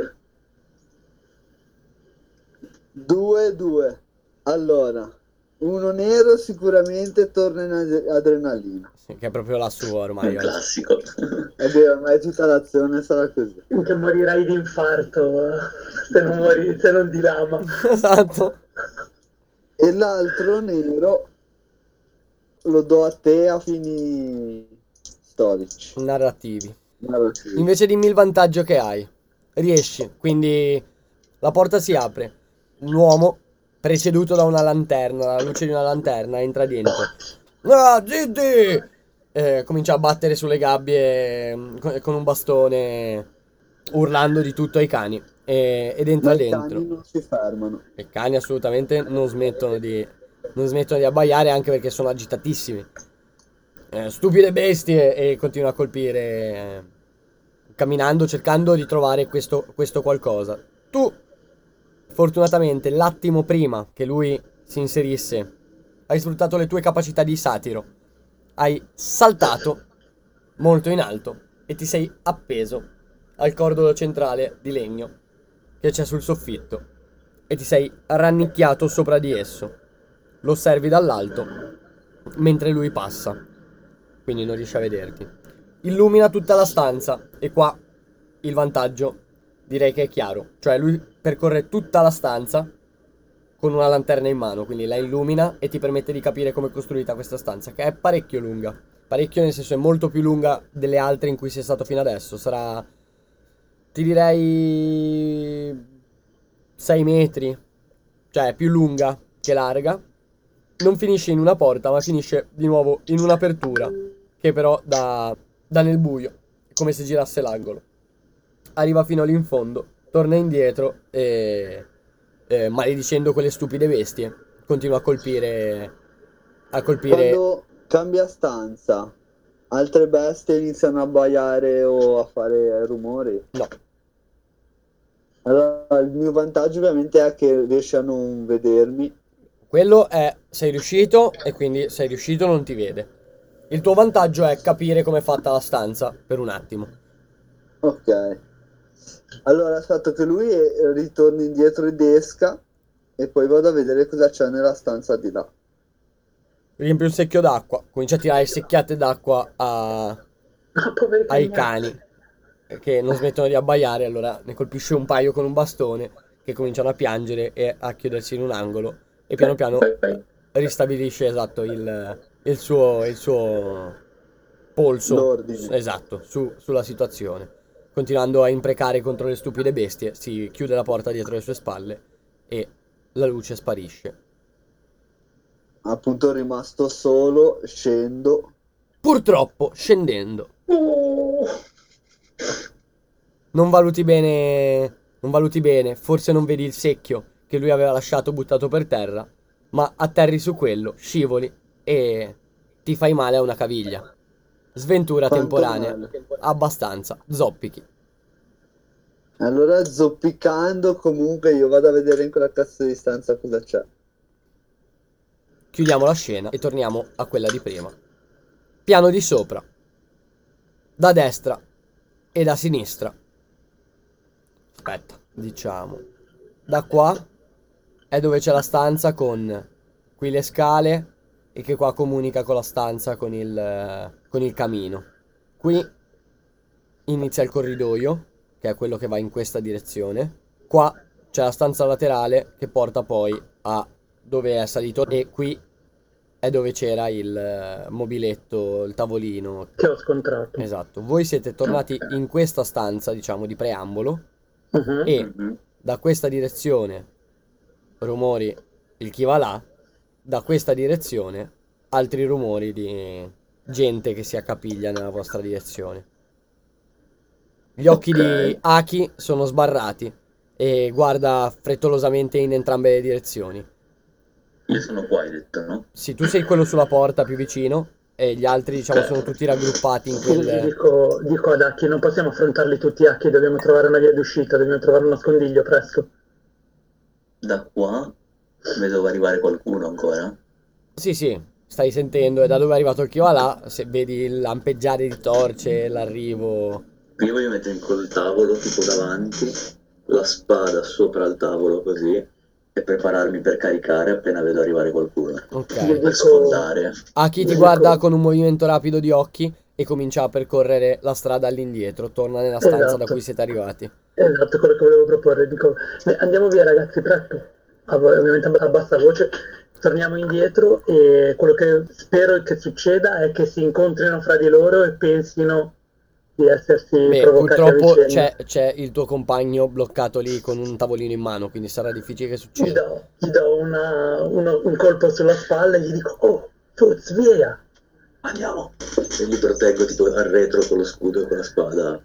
2-2. Allora, uno nero sicuramente torna in adrenalina. Sì, che è proprio la sua È ormai un oggi. classico. È vero, ormai tutta l'azione sarà così. che morirai di infarto se non di lama. Esatto. E l'altro nero lo do a te a fini storici. Narrativi. Narrativi. Invece dimmi il vantaggio che hai. Riesci, quindi la porta si apre. Un uomo preceduto da una lanterna, dalla luce di una lanterna, entra dentro. Ah, zitti! Comincia a battere sulle gabbie con un bastone, urlando di tutto ai cani. Ed entra Ma i dentro. cani non si fermano. I cani assolutamente non smettono di abbaiare, anche perché sono agitatissimi. Stupide bestie, e continua a colpire, camminando, cercando di trovare questo qualcosa. Tu, fortunatamente, l'attimo prima che lui si inserisse, hai sfruttato le tue capacità di satiro. Hai saltato molto in alto e ti sei appeso al cordolo centrale di legno che c'è sul soffitto. e ti sei rannicchiato sopra di esso. Lo osservi dall'alto mentre lui passa, quindi non riesce a vederti. Illumina tutta la stanza e qua il vantaggio direi che è chiaro, cioè lui percorre tutta la stanza con una lanterna in mano, quindi la illumina e ti permette di capire come è costruita questa stanza, che è parecchio lunga. Parecchio nel senso è molto più lunga delle altre in cui sei stato fino adesso. Sarà, ti direi, 6 metri, cioè è più lunga che larga. Non finisce in una porta, ma finisce di nuovo in un'apertura, che però dà nel buio, come se girasse l'angolo. Arriva fino lì in fondo, torna indietro e maledicendo quelle stupide bestie, continua a colpire. Quando cambia stanza, altre bestie iniziano a abbaiare o a fare rumori? No. Allora, il mio vantaggio ovviamente è che riesce a non vedermi. Quello è, sei riuscito e quindi sei riuscito, non ti vede. Il tuo vantaggio è capire com'è fatta la stanza per un attimo. Ok. Allora, aspetto che lui ritorni indietro ed esca e poi vado a vedere cosa c'è nella stanza di là. Riempi un secchio d'acqua, comincia a tirare secchiate d'acqua ai cani che non smettono di abbaiare, allora ne colpisce un paio con un bastone che cominciano a piangere e a chiudersi in un angolo e piano piano ristabilisce esatto il suo polso, L'ordine. esatto, sulla situazione. Continuando a imprecare contro le stupide bestie, si chiude la porta dietro le sue spalle e la luce sparisce. Appunto rimasto solo, scendo. Purtroppo, scendendo, non valuti bene, forse non vedi il secchio che lui aveva lasciato buttato per terra, ma atterri su quello, scivoli e ti fai male a una caviglia. Sventura Quanto temporanea, male? abbastanza, zoppichi. Allora zoppicando comunque io vado a vedere in quella cazzo di stanza cosa c'è. Chiudiamo la scena e torniamo a quella di prima. Piano di sopra, da destra e da sinistra. Aspetta, diciamo. Da qua è dove c'è la stanza con qui le scale e che qua comunica con la stanza con il camino. Qui inizia il corridoio, che è quello che va in questa direzione. Qua c'è la stanza laterale che porta poi a dove è salito e qui è dove c'era il mobiletto, il tavolino. Che ho scontrato. Esatto, voi siete tornati in questa stanza, diciamo, di preambolo e da questa direzione rumori il chi va là, da questa direzione altri rumori di gente che si accapiglia nella vostra direzione. Gli occhi di Aki sono sbarrati e guarda frettolosamente in entrambe le direzioni. Io sono qua, hai detto, no? Sì, tu sei quello sulla porta più vicino e gli altri, diciamo, sono tutti raggruppati in Quindi quel... dico ad Aki, non possiamo affrontarli tutti Aki, dobbiamo trovare una via d'uscita, dobbiamo trovare un nascondiglio presto. Da qua vedo arrivare qualcuno ancora. Sì, stai sentendo, e da dove è arrivato il chi va là, se vedi il lampeggiare di torce, l'arrivo... Io voglio mettere col tavolo tipo davanti, la spada sopra il tavolo così e prepararmi per caricare appena vedo arrivare qualcuno. Ok. Per sfondare. Aki ti guarda con un movimento rapido di occhi e comincia a percorrere la strada all'indietro, torna nella stanza da cui siete arrivati. Esatto, quello che volevo proporre, dico, andiamo via ragazzi, presto, ovviamente a bassa voce, torniamo indietro e quello che spero che succeda è che si incontrino fra di loro e pensino di essersi provocati a purtroppo vicenda. c'è il tuo compagno bloccato lì con un tavolino in mano, quindi sarà difficile che succeda. Gli do un colpo sulla spalla e gli dico, oh, Fuz, via! Andiamo! E gli proteggo tipo al retro con lo scudo e con la spada.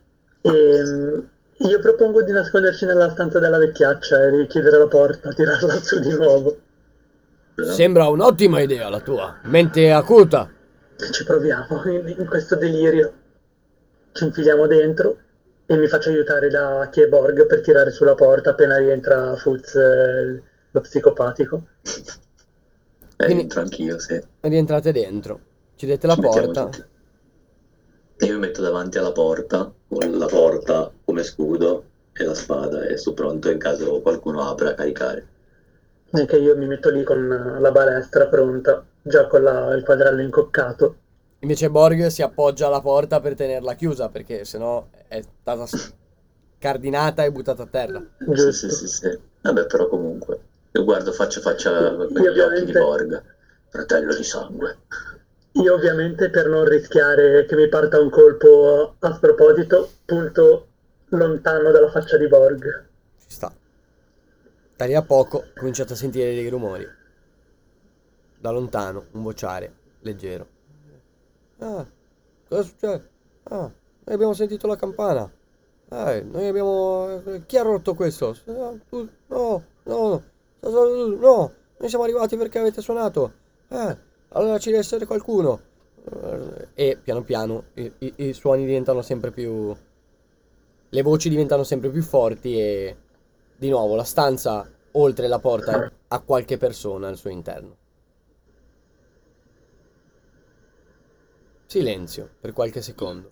Io propongo di nasconderci nella stanza della vecchiaccia e richiudere la porta, tirarla su di nuovo. Sembra un'ottima idea la tua, mente acuta. Ci proviamo in questo delirio. Ci infiliamo dentro e mi faccio aiutare da Keyborg per tirare sulla porta appena rientra Fuz, lo psicopatico. Quindi- Entro anch'io, sì. Rientrate dentro, chiudete la Ci mettiamo porta. tutti. E io mi metto davanti alla porta, con la porta come scudo e la spada e sto pronto in caso qualcuno apra a caricare. Anche io mi metto lì con la balestra pronta, già con il quadrallo incoccato. Invece Borg si appoggia alla porta per tenerla chiusa, perché sennò è stata cardinata e buttata a terra. Sì, Giusto. sì. Vabbè, però comunque. Io guardo faccia a faccia con Io gli occhi di ovviamente- Borg. Fratello di sangue. Io ovviamente per non rischiare che mi parta un colpo a sproposito, punto lontano dalla faccia di Borg. Ci sta. Da lì a poco cominciate a sentire dei rumori. Da lontano, un vociare leggero. Ah, cosa succede? Ah, noi abbiamo sentito la campana. Noi abbiamo... Chi ha rotto questo? No, no, no, noi siamo arrivati perché avete suonato. Allora ci deve essere qualcuno. E piano piano i suoni diventano sempre più... Le voci diventano sempre più forti e... Di nuovo, la stanza, oltre la porta, ha qualche persona al suo interno. Silenzio per qualche secondo.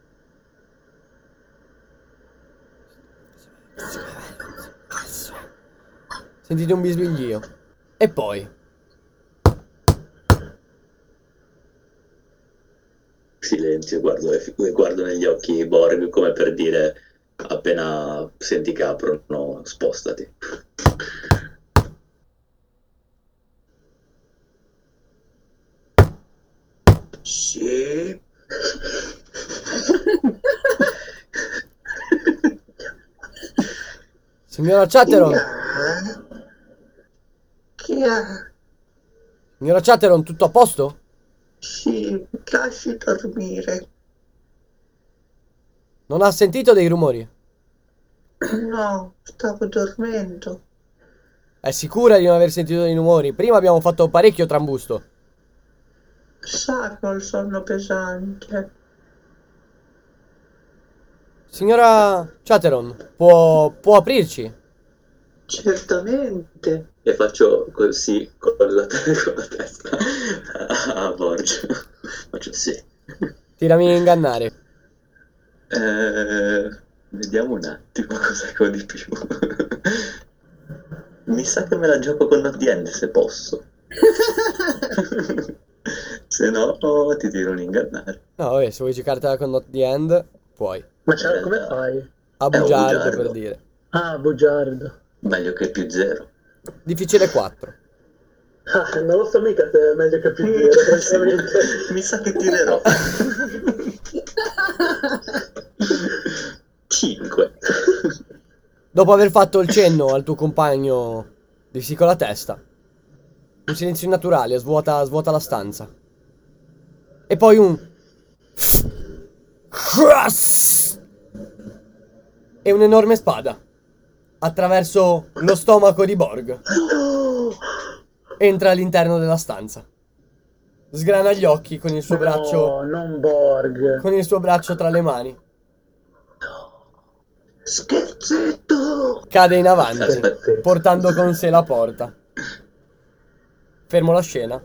Sentite un bisbiglio. E poi Silenzio, guardo negli occhi Borg come per dire appena senti che aprono, spostati. Sì. Signora Chatteron, Chi è? signora Chatteron, tutto a posto? Sì, lasci dormire. Non ha sentito dei rumori? No, stavo dormendo. È sicura di non aver sentito dei rumori? Prima abbiamo fatto parecchio trambusto. Sanno il sonno pesante. Signora Chatteron, può aprirci? Certamente. E faccio così con la testa a Borg. Faccio sì. Tirami a ingannare. Vediamo un attimo cosa ho di più. Mi sa che me la gioco con Not the End se posso. Se no, ti tiro un ingannare. No, vabbè, se vuoi giocartela con Not the End, puoi. Ma come fai? A È un bugiardo, bugiardo. per dire. Ah, bugiardo. Meglio che più zero. Difficile 4. Ah, non lo so mica se è meglio che più zero, francamente. Mi sa che tirerò 5. Dopo aver fatto il cenno al tuo compagno di sì con la testa, un silenzio innaturale svuota la stanza. E poi un... E un'enorme spada attraverso lo stomaco di Borg No! entra all'interno della stanza. Sgrana gli occhi con il suo braccio... No, non Borg. Con il suo braccio tra le mani. Scherzetto! Cade in avanti, Aspetta. portando con sé la porta. Fermo la scena.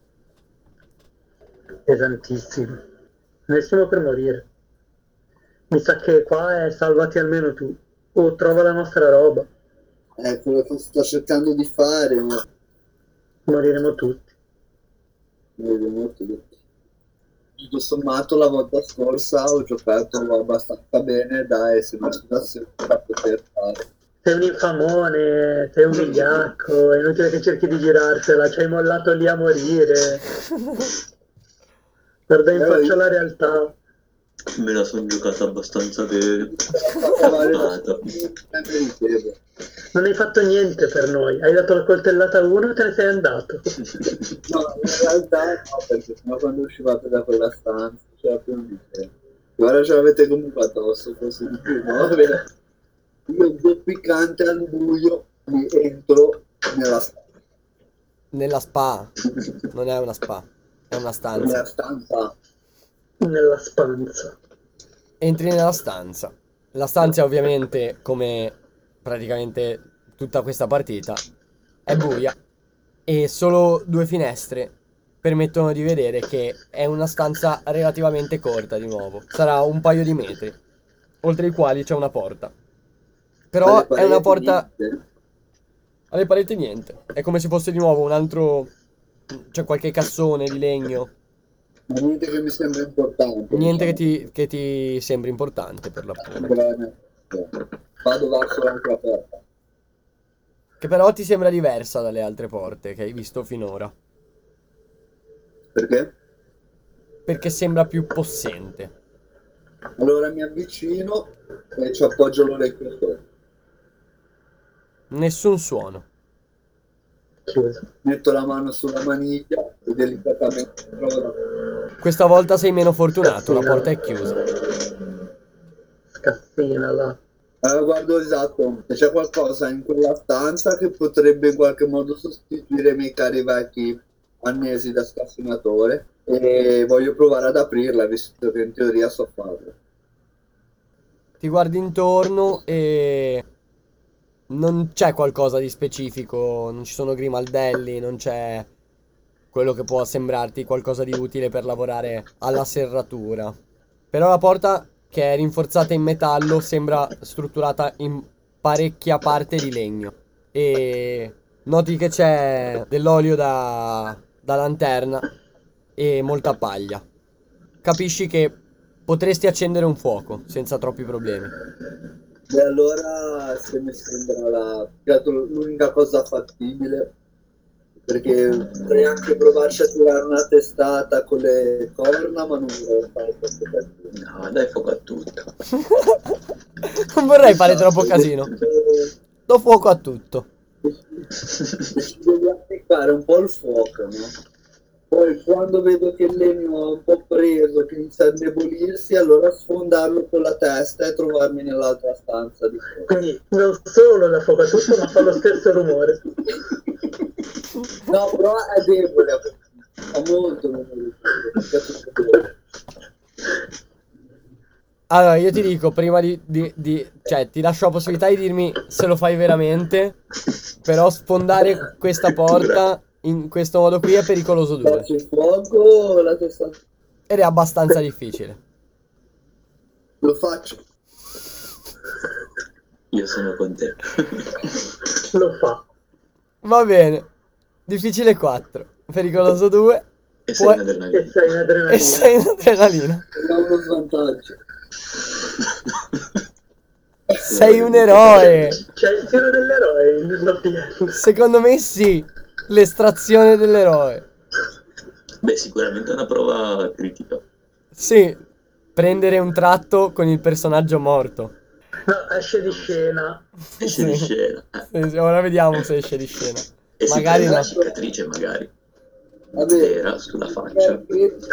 Pesantissimo. Nessuno per morire. Mi sa che qua è salvati almeno tu. O trova la nostra roba. È quello che sto cercando di fare, ma Moriremo tutti. vediamo tutti. Tutto sommato la volta scorsa ho giocato abbastanza bene da essere una situazione da poter fare. Sei un infamone, sei un vigliacco, è inutile che cerchi di girartela, ci hai mollato lì a morire. Guarda in faccia la realtà. Me la sono giocata abbastanza bene. Vado. Non hai fatto niente per noi, hai dato la coltellata a uno e te ne sei andato. No, in realtà no, perché sennò quando uscivate da quella stanza c'era più un difetto. Ora ce l'avete comunque addosso, forse di più, no? Io zoppicante al buio mi entro nella stanza. Nella spa. Non è una spa, è una stanza. Nella stanza. Nella spanza. Entri nella stanza. La stanza ovviamente, come praticamente tutta questa partita, è buia e solo 2 finestre permettono di vedere che è una stanza relativamente corta di nuovo. Sarà un paio di metri, oltre i quali c'è una porta. Però Alle è una pareti porta... niente. Alle pareti niente. È come se fosse di nuovo un altro... C'è qualche cassone di legno. Ma niente che mi sembra importante. Niente diciamo. che ti sembri importante per l'appunto. Bene. Vado verso l'altra porta. Che però ti sembra diversa dalle altre porte che hai visto finora. Perché? Perché sembra più possente. Allora mi avvicino e ci appoggio l'orecchio sopra. Nessun suono. Chiuso. Metto la mano sulla maniglia e delicatamente provo. Questa volta sei meno fortunato, la porta è chiusa. Scassina là. Guardo esatto, se c'è qualcosa in quella stanza che potrebbe in qualche modo sostituire i miei cari vecchi annesi da scassinatore e voglio provare ad aprirla visto che in teoria so farlo. Ti guardi intorno e non c'è qualcosa di specifico, non ci sono grimaldelli, non c'è quello che può sembrarti qualcosa di utile per lavorare alla serratura. Però la porta, che è rinforzata in metallo, sembra strutturata in parecchia parte di legno. E noti che c'è dell'olio da lanterna e molta paglia. Capisci che potresti accendere un fuoco senza troppi problemi. E allora se mi sembra l'unica cosa fattibile, perché potrei anche provarci a tirare una testata con le corna, ma non vorrei fare questo casino. No, dai fuoco a tutto. Non vorrei fare troppo casino. Do fuoco a tutto. Decido di applicare un po' il fuoco, no? Poi quando vedo che il legno ha un po' preso, che inizia a indebolirsi, allora sfondarlo con la testa e trovarmi nell'altra stanza di fuoco. Quindi non solo la fuoco a tutto, ma fa lo stesso rumore. No, però è debole, ha molto debole. Allora, io ti dico, prima cioè, ti lascio la possibilità di dirmi se lo fai veramente, però sfondare questa porta in questo modo qui è pericoloso 2. Faccio il fuoco, la testata. Ed è abbastanza difficile. Lo faccio. Io sono con te. Lo fa. Va bene. Difficile 4. Pericoloso 2. E sei Puoi- in E adrenalina. sei in E adrenalina. sei in adrenalina. È uno svantaggio. Sei un eroe. C'è il tiro dell'eroe in l'OPL. Secondo me sì. L'estrazione dell'eroe. Beh, sicuramente è una prova critica. Sì. Prendere un tratto con il personaggio morto. No, esce di scena. Esce di scena. Sì, sì, ora vediamo se esce di scena. E si Magari prende no. la cicatrice, magari. Vabbè, Vera sulla faccia.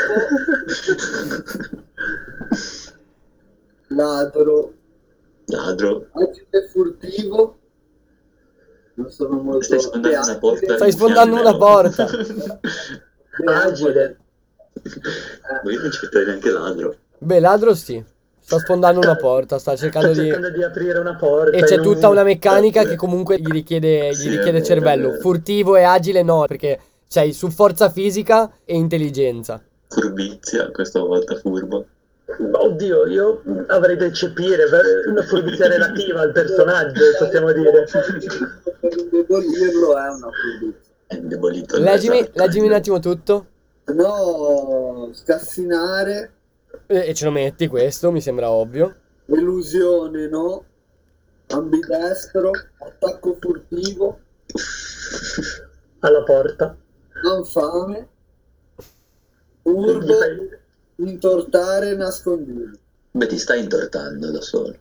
ladro, Ladro. agile furtivo. Non sono molto Stai sfondando una porta. Stai sfondando una porta. Agile. Ma io non ci metterei neanche ladro. Beh, ladro sì. Sta sfondando una porta, sta cercando Sta di... cercando di aprire una porta. E c'è in tutta una meccanica che comunque gli richiede Sì, è vero, cervello. è vero. Furtivo e agile no, perché sei su forza fisica e intelligenza. Furbizia, questa volta furbo. Oddio, io avrei da eccepire una furbizia relativa al personaggio, possiamo dire. Per indebolirlo è una furdizia. È indebolito. il Leggimi esatto. un attimo tutto. No, scassinare, E ce lo metti questo, mi sembra ovvio. elusione no, ambidestro, attacco furtivo, Alla porta. infame, Quindi urbo, fai- intortare, nascondere. Beh, ti stai intortando da solo.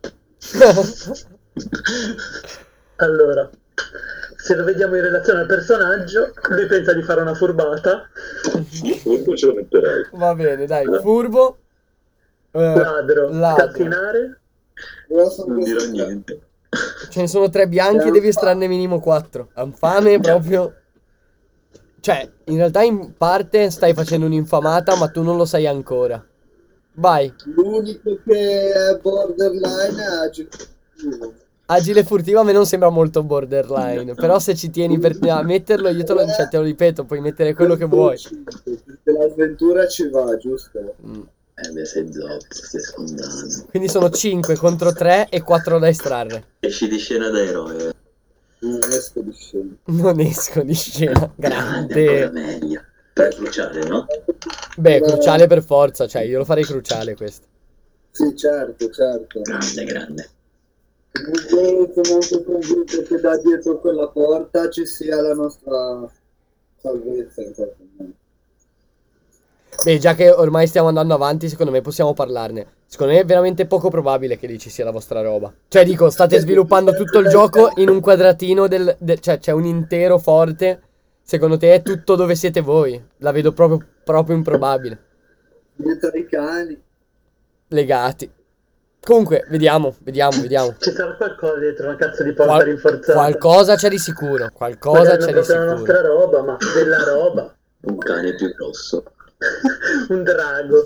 Allora, se lo vediamo in relazione al personaggio, lui pensa di fare una furbata. Furbo ce lo metterei. Va bene, dai, furbo. Ladro, ladro. scassinare. Però sono Non dirò questi tre. niente. Ce ne sono 3 bianchi e devi estrarne minimo 4. Infame proprio. Cioè, in realtà in parte stai facendo un'infamata, ma tu non lo sai ancora. Vai. L'unico che è borderline è agile. Agile furtivo a me non sembra molto borderline. No. Però se ci tieni a metterlo, io te lo ripeto, puoi mettere quello che vuoi. Perché l'avventura ci va, giusto? Beh, sei zoppo, stai sfondando. Quindi sono 5 contro 3 e 4 da estrarre. Esci di scena da eroe. Non esco di scena. Non esco di scena. Grande, ancora Grande. meglio. Per cruciale, no? Beh, cruciale per forza, cioè io lo farei cruciale questo. Sì, certo. Grande, grande. Comunque sono anche convinto che da dietro quella porta ci sia la nostra salvezza in qualche modo. Beh, già che ormai stiamo andando avanti, secondo me possiamo parlarne. Secondo me è veramente poco probabile che lì ci sia la vostra roba. Cioè, dico, state sviluppando tutto il gioco in un quadratino cioè, c'è un intero forte. Secondo te è tutto dove siete voi? La vedo proprio improbabile. Dietro ai cani. Legati. Comunque, vediamo. Ci sarà qualcosa dietro una cazzo di porta rinforzata. Qualcosa c'è di sicuro. Magari non proprio la nostra roba, ma della roba. Un cane più grosso. Un drago.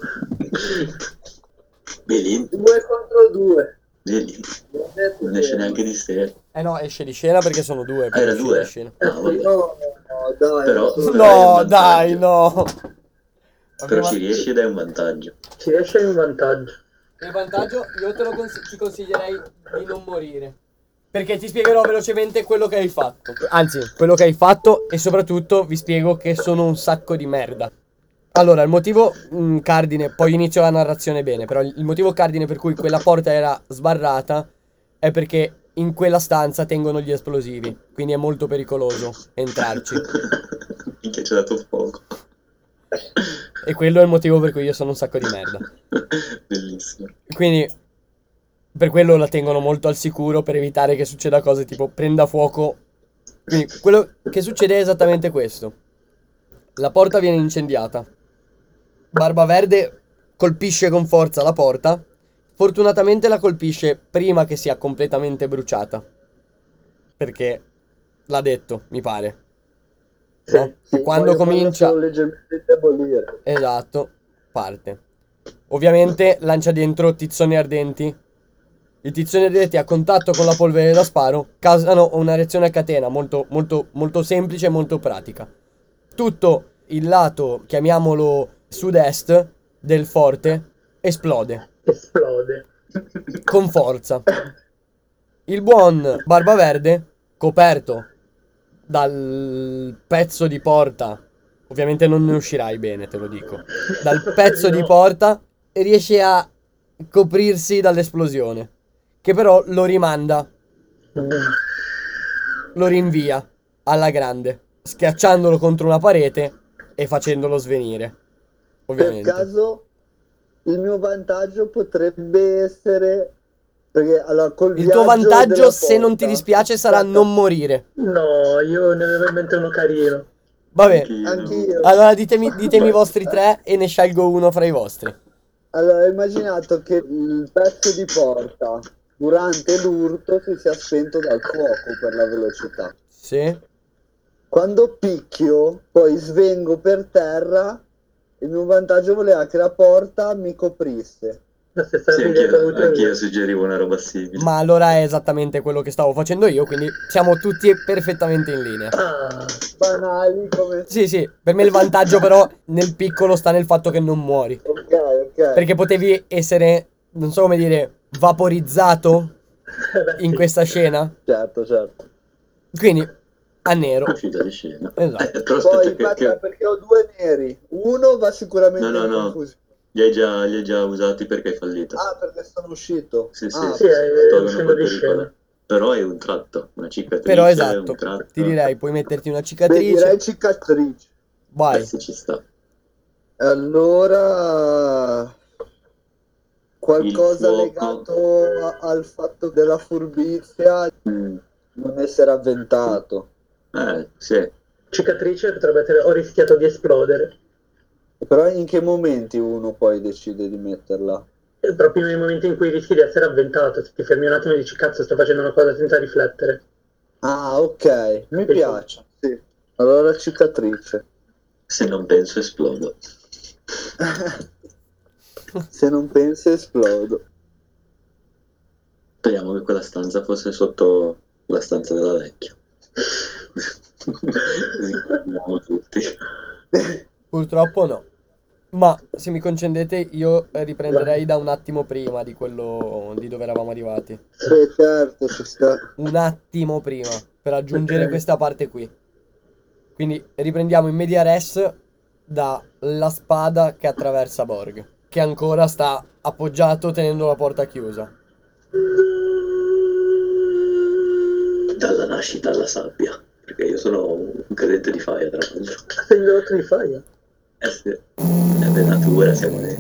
Belin. 2 contro 2. Belin. Non esce neanche di sera. No, esce di scena perché sono due. Ah, era esce due? di scena. Ah, vabbè. No, dai. Però- No, dai, no. Però ci riesci ed è un vantaggio. Ci riesce in un vantaggio. Il vantaggio, io ti consiglierei di non morire. Perché ti spiegherò velocemente quello che hai fatto. Anzi, quello che hai fatto e soprattutto vi spiego che sono un sacco di merda. Allora, il motivo cardine, poi inizio la narrazione bene, però il motivo cardine per cui quella porta era sbarrata è perché in quella stanza tengono gli esplosivi, quindi è molto pericoloso entrarci. Minchia, ci ha dato fuoco. E quello è il motivo per cui io sono un sacco di merda. Bellissimo. Quindi per quello la tengono molto al sicuro per evitare che succeda cose tipo prenda fuoco. Quindi quello che succede è esattamente questo. La porta viene incendiata. Barba Verde colpisce con forza la porta. Fortunatamente la colpisce prima che sia completamente bruciata. Perché l'ha detto, mi pare. No? Sì, Quando voglio comincia... farla solo leggermente indebolire. Esatto, parte. Ovviamente lancia dentro tizzoni ardenti. I tizzoni ardenti a contatto con la polvere da sparo causano una reazione a catena molto semplice e molto pratica. Tutto il lato, chiamiamolo sud-est del forte, esplode Esplode. con forza. Il buon Barba Verde, coperto dal pezzo di porta, ovviamente non ne uscirai bene, te lo dico, dal pezzo di No. porta riesce a coprirsi dall'esplosione, che però lo rimanda, lo rinvia alla grande, schiacciandolo contro una parete e facendolo svenire, Per ovviamente. caso il mio vantaggio potrebbe essere perché allora col Il tuo viaggio vantaggio, della se non ti porta- dispiace, sarà Aspetta, non morire. No, io ne avevo in mente uno carino. Vabbè, Anch'io. allora ditemi i vostri tre e ne scelgo uno fra i vostri. Allora, ho immaginato che il pezzo di porta durante l'urto si sia spento dal fuoco per la velocità. Sì? Quando picchio, poi svengo per terra, il mio vantaggio voleva che la porta mi coprisse. La stessa Sì, idea che ho avuto anch'io io. suggerivo una roba simile. Ma allora è esattamente quello che stavo facendo io, quindi siamo tutti perfettamente in linea. Ah, Banali come... Sì, per me il vantaggio però nel piccolo sta nel fatto che non muori. Ok. Perché potevi essere, non so come dire, vaporizzato beh, in sì. questa scena. Certo. Quindi a nero. Uscita di scena. Esatto. Però Poi aspetta che... perché ho 2 neri. Uno va sicuramente No. in confusione. Li hai già usati perché hai fallito. Ah, perché sono uscito. Sì, Ah, Sì, è tolgono uscendo quel di pericolo. scena. Però è un tratto, una cicatrice, Però esatto, un tratto. ti direi, puoi metterti una beh, cicatrice. direi cicatrice. Vai. Sì, ci sta. Allora, qualcosa Il fuoco. legato al fatto della furbizia, non essere avventato. Sì. Cicatrice potrebbe essere ho rischiato di esplodere. Però in che momenti uno poi decide di metterla? E proprio nei momenti in cui rischi di essere avventato, se ti fermi un attimo e dici cazzo sto facendo una cosa senza riflettere. Ah, ok, mi piace. Sì. Allora cicatrice. Se non penso esplodo. Se non penso esplodo. Speriamo che quella stanza fosse sotto la stanza della vecchia. Così andiamo tutti. Purtroppo no. Ma se mi concedete io riprenderei da un attimo prima di quello di dove eravamo arrivati. Sì, certo, ci sta. Un attimo prima. per aggiungere Ok. questa parte qui. Quindi riprendiamo in media res dalla spada che attraversa Borg, che ancora sta appoggiato tenendo la porta chiusa. Dalla nascita alla sabbia, perché io sono un cadente di Faia, tra l'altro. Sei in veloce di faglia. Eh sì, è per natura, siamo lì.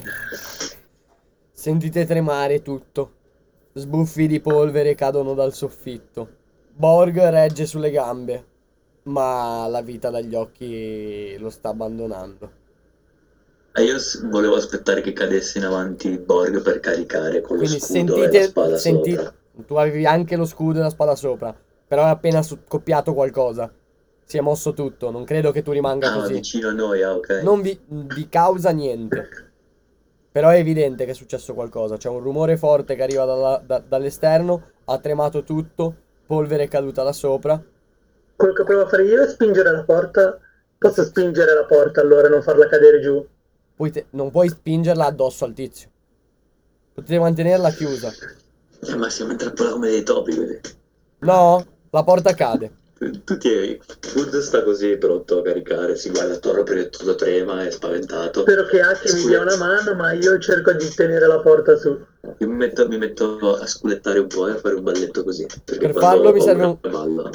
Sentite tremare tutto. Sbuffi di polvere cadono dal soffitto. Borg regge sulle gambe, ma la vita dagli occhi lo sta abbandonando. E io volevo aspettare che cadesse in avanti Borg per caricare con lo Quindi scudo e la sentite, spada sopra. tu avevi anche lo scudo e la spada sopra, però è appena scoppiato qualcosa. Si è mosso tutto, non credo che tu rimanga Ah, ma così. vicino a noi, ok. Non vi causa niente. Però è evidente che è successo qualcosa. C'è un rumore forte che arriva dall'esterno, ha tremato tutto, polvere è caduta da sopra. Quello che provo a fare io è spingere la porta. Posso spingere la porta allora, non farla cadere giù. Non puoi spingerla addosso al tizio. Potete mantenerla chiusa. Ma siamo intrappolati come dei topi, vedi? No, la porta cade. Tu tieni, Food sta così pronto a caricare, si guarda attorno perché tutto trema, è spaventato. Spero che Aki mi dia una mano, ma io cerco di tenere la porta su. Io mi metto a sculettare un po' e a fare un balletto così. Perché Per quando farlo ho mi serve un... ballo.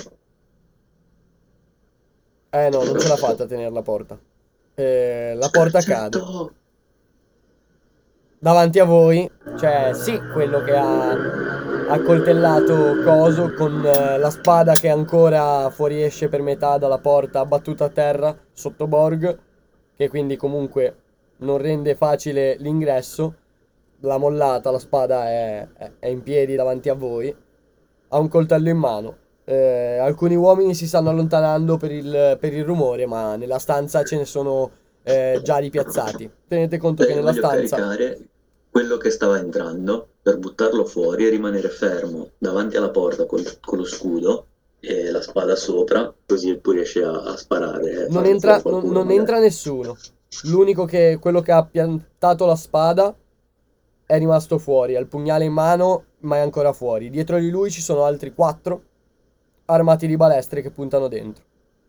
No, non ce l'ha fatta a tenere la porta. La porta cade. Certo. Davanti a voi c'è sì quello che ha accoltellato Coso con la spada che ancora fuoriesce per metà dalla porta battuta a terra sotto Borg, che quindi comunque non rende facile l'ingresso. L'ha mollata, la spada è in piedi davanti a voi, ha un coltello in mano. Alcuni uomini si stanno allontanando per il rumore, ma nella stanza ce ne sono già ripiazzati. Tenete conto che nella Voglio stanza... caricare quello che stava entrando per buttarlo fuori e rimanere fermo davanti alla porta con lo scudo e la spada sopra, così poi riesce a sparare. Non entra nessuno. L'unico quello che ha piantato la spada è rimasto fuori. Ha il pugnale in mano, ma è ancora fuori. Dietro di lui ci sono altri 4 armati di balestre che puntano dentro.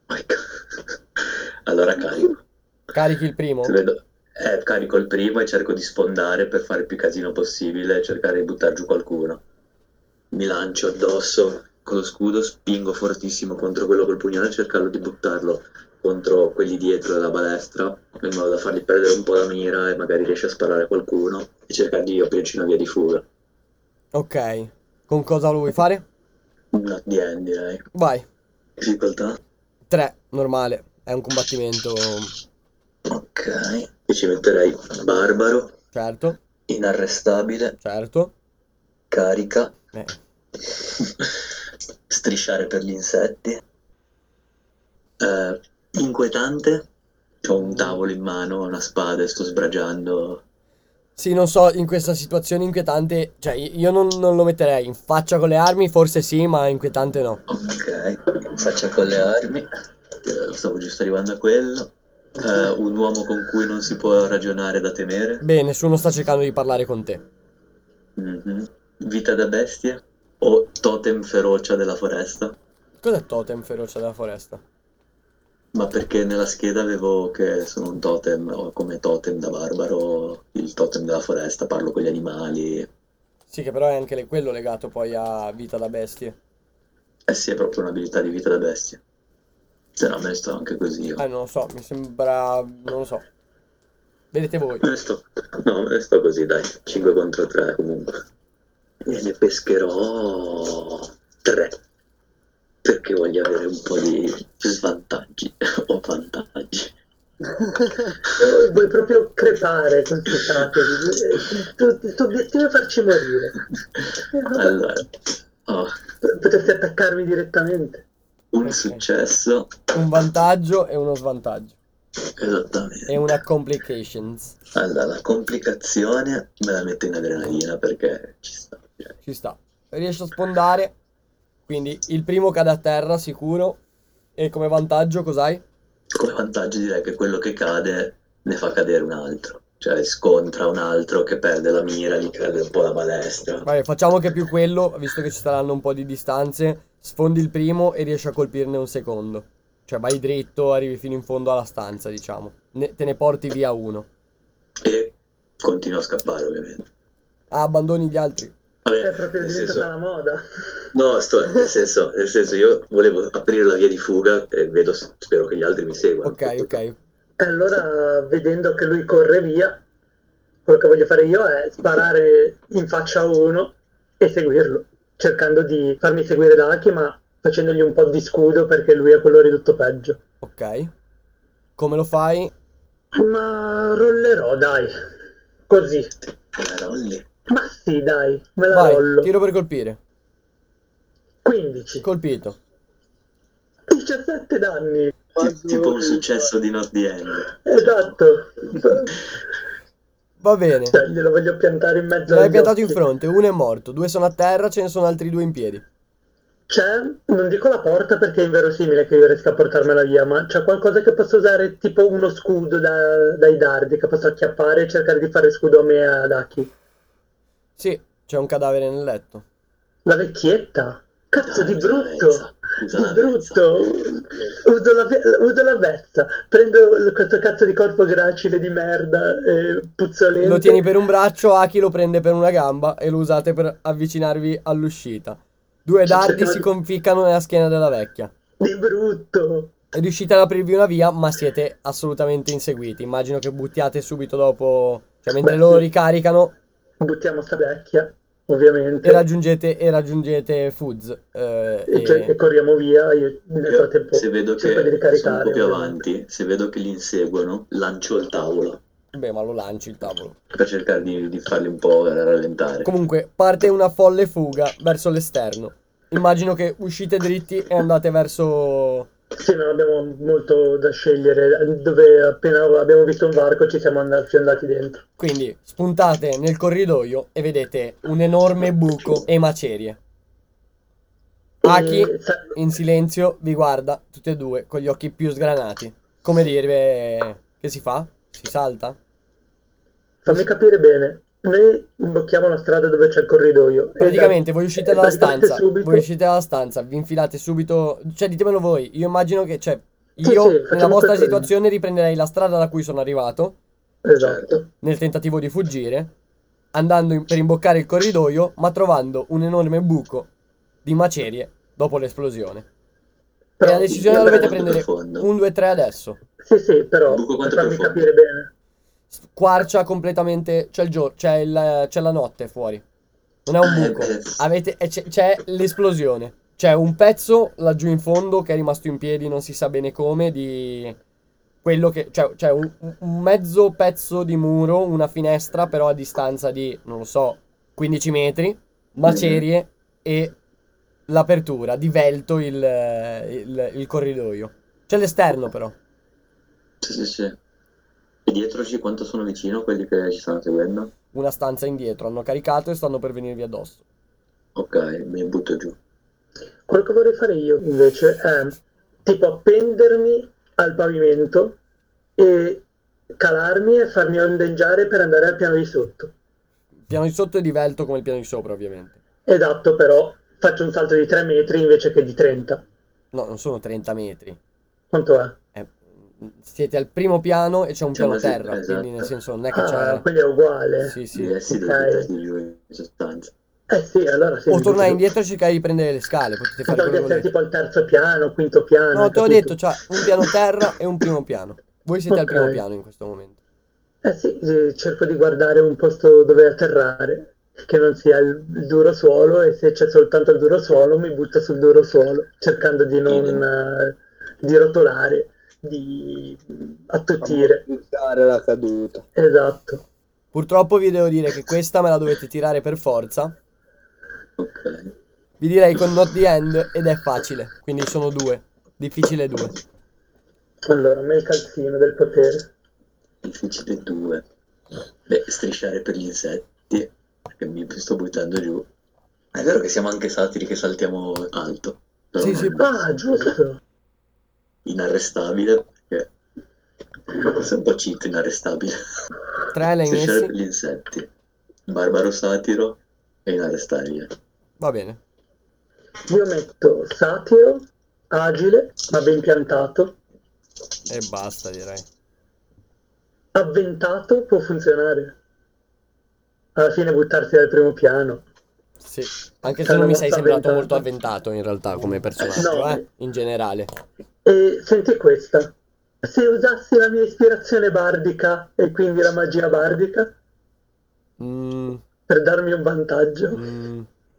Allora carico. Carichi il primo? Carico il primo e cerco di sfondare per fare il più casino possibile e cercare di buttare giù qualcuno. Mi lancio addosso con lo scudo, spingo fortissimo contro quello col pugnale cercando di buttarlo contro quelli dietro della balestra in modo da fargli perdere un po' la mira e magari riesce a sparare a qualcuno e cercare di aprirci una via di fuga. Ok. Con cosa lo vuoi fare? Una DN direi. Vai. Difficoltà? 3, normale. È un combattimento. Ok. E ci metterei barbaro, Certo, inarrestabile, certo. carica, Eh. strisciare per gli insetti, inquietante. C'ho un tavolo in mano, una spada e sto sbragiando. Sì, non so, in questa situazione inquietante, cioè io non lo metterei in faccia con le armi, forse sì, ma inquietante no. Ok, faccia con le armi. Stavo giusto arrivando a quello. Un uomo con cui non si può ragionare da temere. Beh, nessuno sta cercando di parlare con te. Mhm. Vita da bestia o totem ferocia della foresta? Cos'è totem feroce della foresta? Ma perché nella scheda avevo che sono un totem, o come totem da barbaro, il totem della foresta, parlo con gli animali. Sì, che però è anche quello legato poi a vita da bestie. Eh sì, è proprio un'abilità di vita da bestia. Se no me ne sto anche così io. Non lo so, mi sembra... non lo so. Vedete voi. Me ne sto così, dai. 5 contro 3 comunque. E ne pescherò 3. Perché voglio avere un po' di svantaggi o vantaggi. Vuoi proprio crepare con questi satiri. Il tuo obiettivo è farci morire. Allora, Potresti attaccarmi direttamente. un Ok. successo, Un vantaggio e uno svantaggio. esattamente. E una complications. Allora, la complicazione me la metto in adrenalina perché ci sta. Ci sta. Riesce a sfondare. Quindi il primo cade a terra sicuro. E come vantaggio cos'hai? Come vantaggio direi che quello che cade ne fa cadere un altro. Cioè scontra un altro che perde la mira, gli perde un po' la balestra. Vabbè, facciamo che più quello, visto che ci saranno un po' di distanze. sfondi il primo e riesci a colpirne un secondo. Cioè vai dritto, arrivi fino in fondo alla stanza, diciamo. Te ne porti via uno. E continuo a scappare, ovviamente. Abbandoni gli altri. Vabbè, È proprio nel diventata senso, la moda. no, nel senso, io volevo aprire la via di fuga e spero che gli altri mi seguano. Ok. E allora, vedendo che lui corre via, quello che voglio fare io è sparare in faccia a uno e seguirlo, cercando di farmi seguire da Aki, ma facendogli un po' di scudo perché lui è quello ridotto peggio. Ok. Come lo fai? Ma rollerò, dai. Così. La rolli. Ma sì, dai, me la Vai, rollo. tiro per colpire. 15. Colpito. 17 danni. Tipo un successo di Not the End. Esatto. Va bene. Cioè, glielo voglio piantare in mezzo L'hai agli piantato in occhi. fronte, uno è morto, 2 sono a terra, ce ne sono altri 2 in piedi. C'è, non dico la porta perché è inverosimile che io riesca a portarmela via, ma c'è qualcosa che posso usare, tipo uno scudo dai dardi, che posso acchiappare e cercare di fare scudo a me e ad Aki. Sì, c'è un cadavere nel letto. La vecchietta? Cazzo, di Usa la brutto! vezza, usa Di la vezza. brutto! Uso la vezza, prendo questo cazzo di corpo gracile di merda, puzzolente. Lo tieni per un braccio, Aki lo prende per una gamba e lo usate per avvicinarvi all'uscita. 2 dardi si conficcano nella schiena della vecchia. Di brutto! Riuscite ad aprirvi una via, ma siete assolutamente inseguiti. Immagino che buttiate subito dopo, cioè mentre Beh, loro sì. ricaricano, Buttiamo sta vecchia, ovviamente. e raggiungete Fuz. E corriamo via. Io nel Io, frattempo se vedo cerco di che sono un po' ricaricare. più ovviamente. avanti, se vedo che li inseguono, lancio il tavolo Beh, ma lo lanci il tavolo. per cercare di farli un po' rallentare. Comunque, parte una folle fuga verso l'esterno. Immagino che uscite dritti e andate verso... Sì, non abbiamo molto da scegliere. Dove appena abbiamo visto un varco ci siamo andati dentro. Quindi, spuntate nel corridoio e vedete un enorme buco e macerie. Aki, E in silenzio, vi guarda, tutti e due, con gli occhi più sgranati. Come dire, che si fa? Si salta? fammi capire bene. Noi imbocchiamo la strada dove c'è il corridoio. Praticamente voi uscite dalla praticamente stanza, subito. vi infilate subito, cioè ditemelo voi, io immagino che, cioè, Sì, io sì, nella facciamo vostra questo. situazione riprenderei la strada da cui sono arrivato, Esatto. nel tentativo di fuggire, andando per imboccare il corridoio, ma trovando un enorme buco di macerie dopo l'esplosione. Però, E la decisione la vabbè, dovete quanto prendere profondo? 1, 2, 3 adesso. Sì, però Il buco per quanto farmi profondo? capire bene. Quarcia completamente, c'è la notte fuori. Non è un buco. C'è l'esplosione. C'è un pezzo laggiù in fondo che è rimasto in piedi, non si sa bene come, di quello che... C'è un mezzo pezzo di muro, una finestra, però a distanza di, non lo so, 15 metri, macerie e l'apertura, divelto il corridoio. C'è l'esterno però. Sì. E dietro quanto sono vicino quelli che ci stanno seguendo? Una stanza indietro, hanno caricato e stanno per venirvi addosso. Ok, mi butto giù. Quello che vorrei fare io invece è tipo appendermi al pavimento e calarmi e farmi ondeggiare per andare al piano di sotto. Il piano di sotto è divelto come il piano di sopra, ovviamente. Esatto, però faccio un salto di 3 metri invece che di 30. No, non sono 30 metri. Quanto è? Siete al primo piano e c'è un Cioè, piano ma sì, terra, esatto. quindi nel senso non è che c'è... Quindi è uguale. Sì. Sì, devi Ok. buttarti giù in sostanza. Sì, allora sì. O mi tornare butto giù. indietro e cercare di prendere le scale, potete fare Pensavo di quello che essere volete. tipo al terzo piano, quinto piano. No, te l'ho capito? detto, c'è un piano terra e un primo piano. Voi siete al Ok. primo piano in questo momento. Sì, cerco di guardare un posto dove atterrare, che non sia il duro suolo, e se c'è soltanto il duro suolo mi butto sul duro suolo, cercando di non di rotolare, di attutire. Usare la caduta. Esatto. Purtroppo vi devo dire che questa me la dovete tirare per forza. Ok. Vi direi con Not the End ed è facile, quindi sono 2. Difficile 2. Allora, me il calzino del potere. Difficile 2. Beh, strisciare per gli insetti, perché mi sto buttando giù. È vero che siamo anche satiri che saltiamo alto. Però Sì. Giusto. Inarrestabile, perché questo è un po' cheat, inarrestabile. 3 l'hai Strisciare per messi? gli insetti. Barbaro satiro e inarrestabile. Va bene. Io metto satiro, agile, ma ben piantato. E basta, direi. Avventato può funzionare. Alla fine buttarsi dal primo piano. Sì. Anche È se non una mi sei mossa sembrato molto avventata. avventato in realtà come personaggio, No. in generale. E senti questa. Se usassi la mia ispirazione bardica e quindi la magia bardica Mm, per darmi un vantaggio, mm,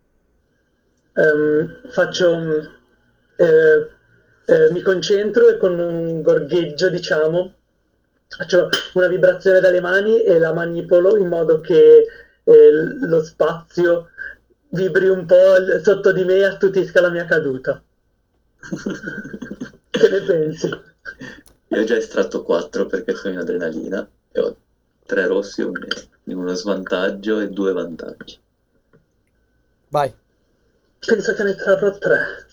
faccio mi concentro e con un gorgheggio, diciamo, faccio una vibrazione dalle mani e la manipolo in modo che lo spazio vibri un po' sotto di me e attutisca la mia caduta. Che ne pensi? Io ho già estratto 4 perché sono in adrenalina e ho 3 rossi e un nero, quindi uno svantaggio e 2 vantaggi. vai. Penso che ne trarrò 3.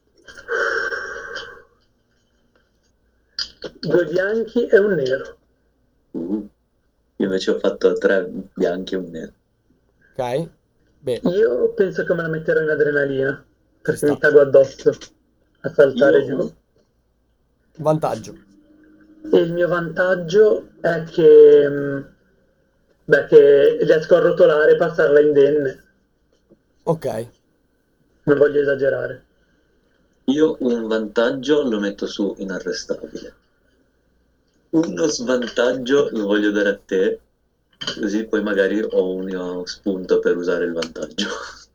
2 bianchi e un nero. Io invece ho fatto 3 bianchi e un nero. Ok. Beh, Io penso che me la metterò in adrenalina, perché sta. mi cago addosso a saltare Io giù. Vantaggio. E il mio vantaggio è che riesco a rotolare e passarla indenne. Ok. Non voglio esagerare. Io un vantaggio lo metto su inarrestabile. Uno svantaggio lo voglio dare a te, così poi magari ho uno spunto per usare il vantaggio.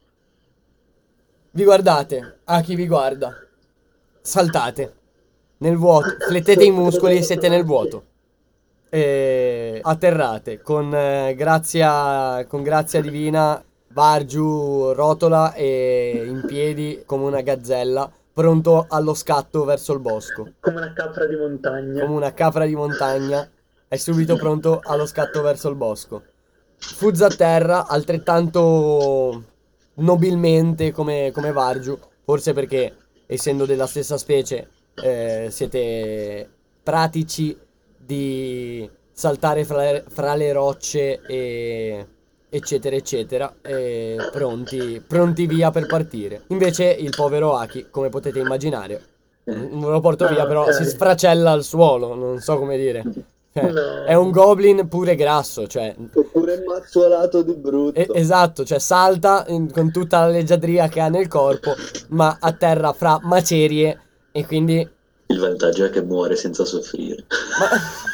Vi guardate. A chi vi guarda. Saltate. Nel vuoto. Flettete i muscoli e siete nel vuoto. E atterrate con grazia divina. Vargiu rotola e in piedi come una gazzella, pronto allo scatto verso il bosco. Come una capra di montagna. Come una capra di montagna, è subito pronto allo scatto verso il bosco. Fuzza a terra, altrettanto nobilmente come Vargiu, forse perché, essendo della stessa specie, siete pratici di saltare fra le rocce e eccetera eccetera, e pronti via per partire. Invece il povero Aki, come potete immaginare, non lo porto via, però ok. si sfracella al suolo, non so come dire. No. È un goblin pure grasso, cioè Oppure mazzolato di brutto. esatto, cioè salta con tutta la leggiadria che ha nel corpo, ma a terra fra macerie e quindi Il vantaggio è che muore senza soffrire. ma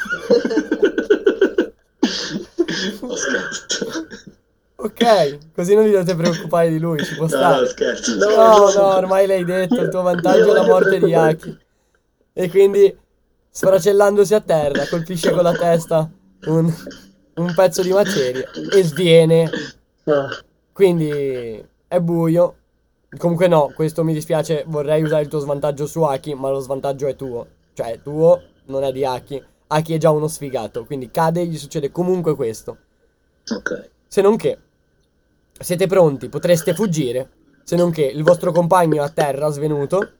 Ho scherzo. ok, così non vi dovete preoccupare di lui, ci può No, stare. scherzo. No, no, ormai l'hai detto, il tuo vantaggio è la morte di Aki. E quindi, sfracellandosi a terra, colpisce con la testa un pezzo di macerie e sviene. Ah, Quindi è buio. Comunque no, questo mi dispiace, vorrei usare il tuo svantaggio su Aki, ma lo svantaggio è tuo. Cioè, tuo non è di Aki. Aki è già uno sfigato, quindi cade e gli succede comunque questo. Ok. Se non che siete pronti, potreste fuggire. Se non che il vostro compagno è a terra svenuto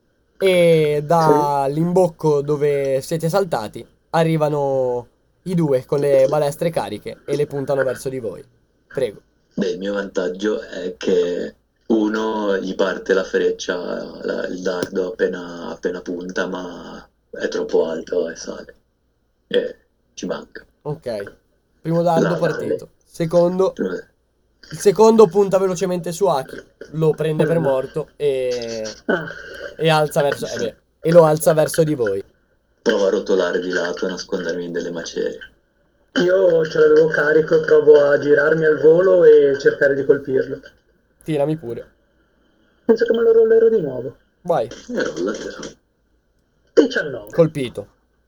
e dall'imbocco dove siete saltati arrivano i due con le balestre cariche e le puntano verso di voi. Prego. Beh, il mio vantaggio è che uno gli parte la freccia, il dardo appena punta, ma è troppo alto e sale. E ci manca. Ok. Primo dardo L'altro. partito. Il secondo punta velocemente su Aki, lo prende per morto ah, e alza verso e lo alza verso di voi. Provo a rotolare di lato e nascondermi in delle macerie. io ce l'avevo carico e provo a girarmi al volo e cercare di colpirlo. Tirami pure. Penso che me lo rollerò di nuovo. Vai. E rolla però. 19. Colpito.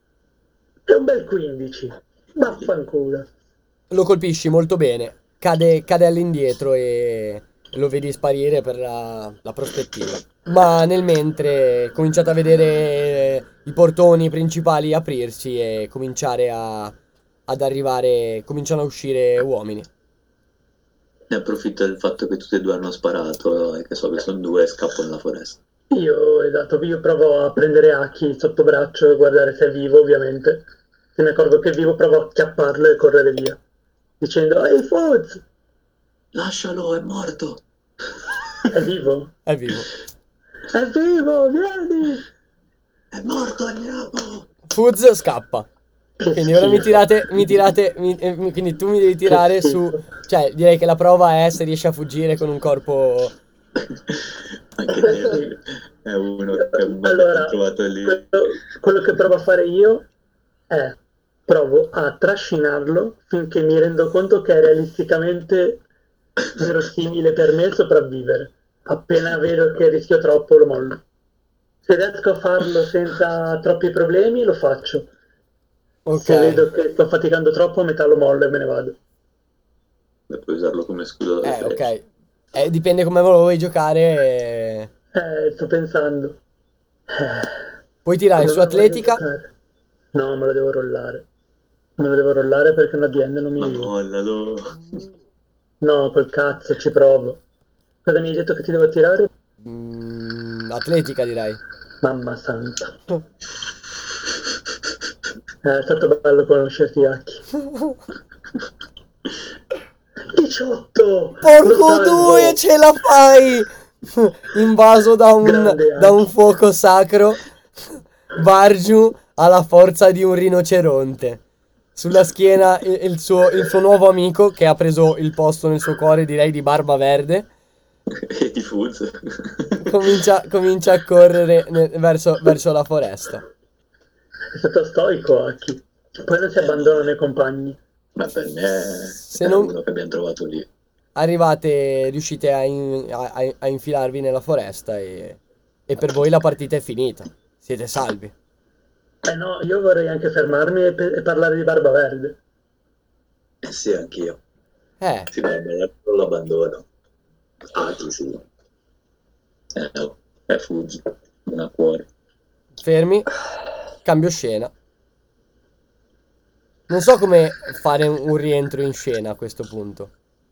È un bel 15. Vaffanculo. Lo colpisci molto bene. Cade all'indietro e lo vedi sparire per la prospettiva. Ma nel mentre cominciate a vedere i portoni principali aprirsi e cominciare ad arrivare. Cominciano a uscire uomini. Ne approfitto del fatto che tutti e due hanno sparato e che so che sono due e scappo nella foresta. Io provo a prendere Aki sotto braccio e guardare se è vivo, ovviamente. Se mi accorgo che è vivo, provo a acchiapparlo e correre via. Dicendo, ehi Fuz! Lascialo, è morto! È vivo? È vivo. È vivo, vieni! È morto, andiamo! Fuz scappa. Che Quindi ora schifo. quindi tu mi devi tirare Che su, schifo. cioè direi che la prova è se riesci a fuggire con un corpo. Anche te è uno che abbiamo Allora, trovato lì. quello che provo a fare io è provo a trascinarlo finché mi rendo conto che è realisticamente verosimile per me sopravvivere. Appena vedo che rischio troppo lo mollo. Se riesco a farlo senza troppi problemi lo faccio. Se vedo Ok. che sto faticando troppo a metà lo mollo e me ne vado. Puoi usarlo come scudo da freccia. Ok. Dipende come lo vuoi giocare. Sto pensando. Puoi tirare Come su lo voglio atletica. giocare? No, me lo devo rollare. Me lo devo rollare perché una DN non Ma mi... mollalo. No, col cazzo, ci provo. Cosa mi hai detto che ti devo tirare? Atletica direi. Mamma santa. È stato bello conoscerti, Aki. 18! Lo Porco salvo! due, ce la fai! Invaso Grande da un Aki. fuoco sacro, Bargiu ha la forza di un rinoceronte. Sulla schiena il suo nuovo amico che ha preso il posto nel suo cuore, direi di Barba Verde, E ti fuzzo. comincia a correre verso la foresta. È stato stoico, Aki. Poi non si abbandonano i compagni. Ma per me Se è non uno che abbiamo trovato lì. riuscite a infilarvi nella foresta e per voi la partita è finita. Siete salvi. Eh no, io vorrei anche fermarmi e parlare di Barba Verde. Sì, anch'io. Eh, Sì, ma non lo abbandono. Ah, sì. No, è Fuzz, non ha cuore. fermi, cambio scena. Non so come fare un rientro in scena a questo punto.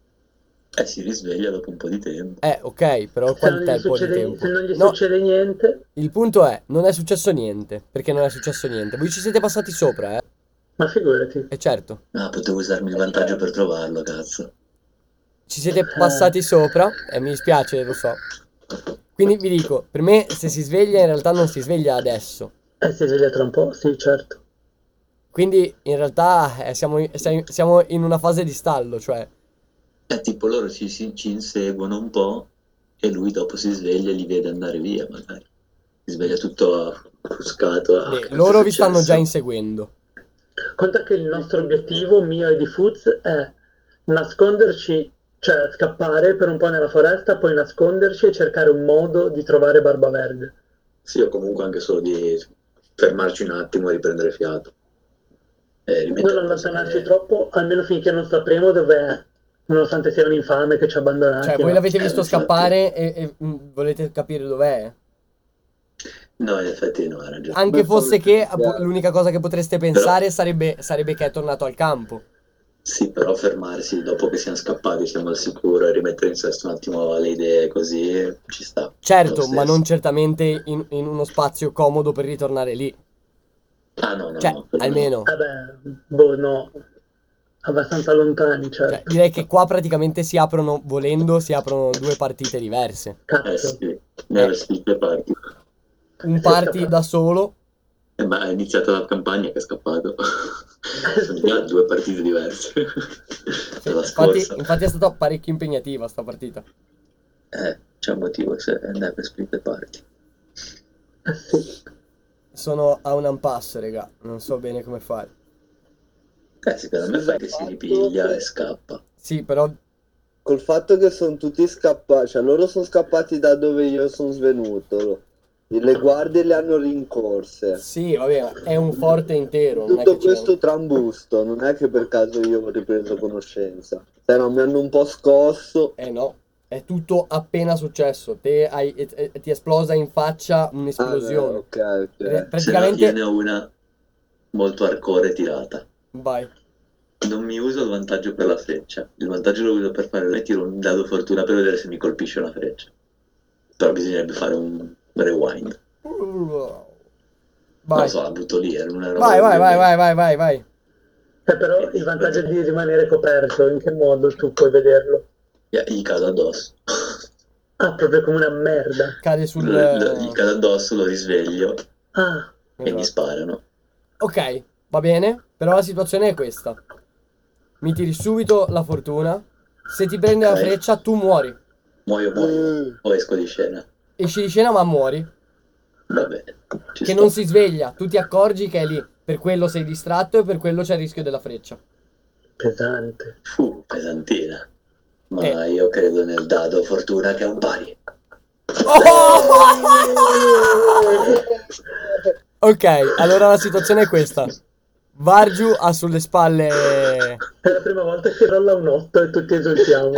Si risveglia dopo un po' di tempo. Ok, però Se non quant'è gli il po' di succede, tempo? se non gli No, succede niente, il punto è, non è successo niente. Perché non è successo niente? Voi ci siete passati sopra, eh? ma figurati. E certo, Ah, potevo usarmi il vantaggio per trovarlo, cazzo. ci siete passati sopra e mi dispiace, lo so. Quindi vi dico, per me se si sveglia in realtà non si sveglia adesso. Si sveglia tra un po', sì, certo. Quindi in realtà siamo in una fase di stallo, cioè Tipo loro ci inseguono un po' e lui dopo si sveglia e li vede andare via, magari. Si sveglia tutto offuscato. beh, Cosa loro è vi stanno già successo? inseguendo. Conta che il nostro obiettivo, mio e di Fuz, è nasconderci, cioè scappare per un po' nella foresta, poi nasconderci e cercare un modo di trovare Barba Verde. Sì, o comunque anche solo di fermarci un attimo e riprendere fiato. Non Rimettere allontanarci troppo, almeno finché non sapremo dov'è, nonostante sia un infame che ci ha Cioè, abbandonati. voi ma- l'avete visto infatti. scappare e volete capire dov'è? No, in effetti no, hai ragione. Anche Beh, fosse che chiaro. l'unica cosa che potreste pensare sarebbe che è tornato al campo. Sì, però fermarsi dopo che siamo scappati, siamo al sicuro e rimettere in sesto un attimo le idee così ci sta. Certo, Lo ma stesso. non certamente in uno spazio comodo per ritornare lì. Ah, no, Cioè, no, quello almeno. Boh, no, abbastanza lontani, Cioè, certo. direi che qua praticamente volendo, si aprono due partite diverse. no. Cazzo. Sì, nelle split party. Un party da solo. Ma è iniziata la campagna che è scappato. Sono già due partite diverse. La scorsa. Infatti è stata parecchio impegnativa sta partita. C'è un motivo se andare per split party. Sì. Sono a un impasse, raga. Non so bene come fare. Secondo me fai che si ripiglia e scappa. Sì, però Col fatto che sono tutti scappati, cioè loro sono scappati da dove io sono svenuto. Le guardie le hanno rincorse. sì, vabbè, ma è un forte intero. Non è Tutto che questo trambusto, non è che per caso io ho ripreso conoscenza. Se no, mi hanno un po' scosso. no, è tutto appena successo. Ti è esplosa in faccia Ah, un'esplosione. ok, ok. Se no Praticamente, io ne ho una molto hardcore tirata. vai. Non mi uso il vantaggio per la freccia. Il vantaggio lo uso per fare le tiro un dado fortuna per vedere se mi colpisce una freccia. Però bisognerebbe fare un rewind. Non Vai. lo so, la butto lì, non era Vai. Però il vantaggio è di rimanere coperto, in che modo tu puoi vederlo? Gli cado addosso. Ah, proprio come una merda. Cade sul... Gli cade addosso, lo risveglio Ah, e gli sparano. Ok, va bene, però la situazione è questa. Mi tiri subito la fortuna. Se ti prende la Ok. freccia, tu muori. Muoio. O esco di scena. Esci di scena, ma muori. Va bene. Ci Che sto. non si sveglia. Tu ti accorgi che è lì. Per quello sei distratto e per quello c'è il rischio della freccia. pesante. Pesantina. Ma io credo nel dado fortuna che è un pari. Ok, allora la situazione è questa. Vargiu ha sulle spalle... È la prima volta che rolla un 8 e tutti esultiamo.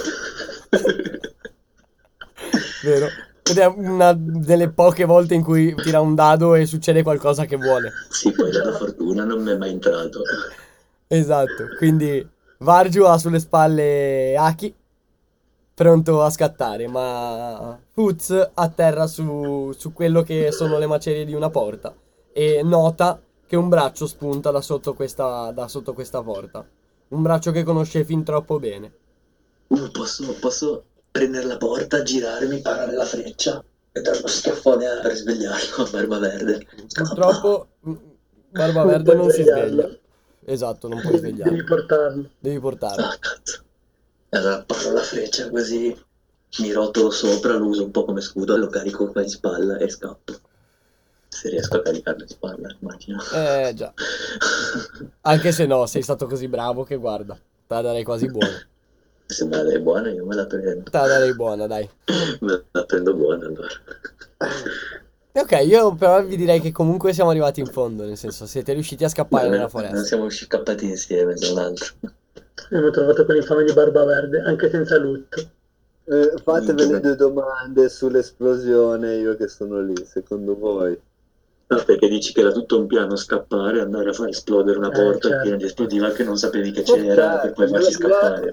Vero? Ed è una delle poche volte in cui tira un dado e succede qualcosa che vuole. Sì, poi dado fortuna non mi è mai entrato. Esatto, quindi Vargiu ha sulle spalle Aki, pronto a scattare, ma Fuz atterra su quello che sono le macerie di una porta e nota che un braccio spunta da sotto questa porta. Un braccio che conosce fin troppo bene. Posso prendere la porta, girarmi, parare la freccia e dare uno schiaffone a risvegliarlo a Barba Verde. Purtroppo Barba Non Verde puoi non si svegliarlo. sveglia. Esatto, non puoi Devi svegliarlo. portarlo. Devi portarlo. Ah, cazzo. Allora paro la freccia così, mi rotolo sopra, lo uso un po' come scudo, lo carico qua in spalla e scappo. Se riesco a caricarlo in spalla, immagino. Già. Anche se no, sei stato così bravo che guarda, te la darei quasi buona. Se me la dai buona io me la prendo. Te la darei buona, dai. Me la prendo buona allora. Ok, io però vi direi che comunque siamo arrivati in fondo, nel senso siete riusciti a scappare nella Non foresta. siamo scappati insieme, tra l'altro. Abbiamo trovato quell'infame di Barba Verde, anche senza lutto. Fatemi le 2 domande sull'esplosione, io che sono lì, secondo voi? No, perché dici che era tutto un piano scappare, andare a far esplodere una porta certo. piena di esplosiva che non sapevi che c'era, per poi farci scappare.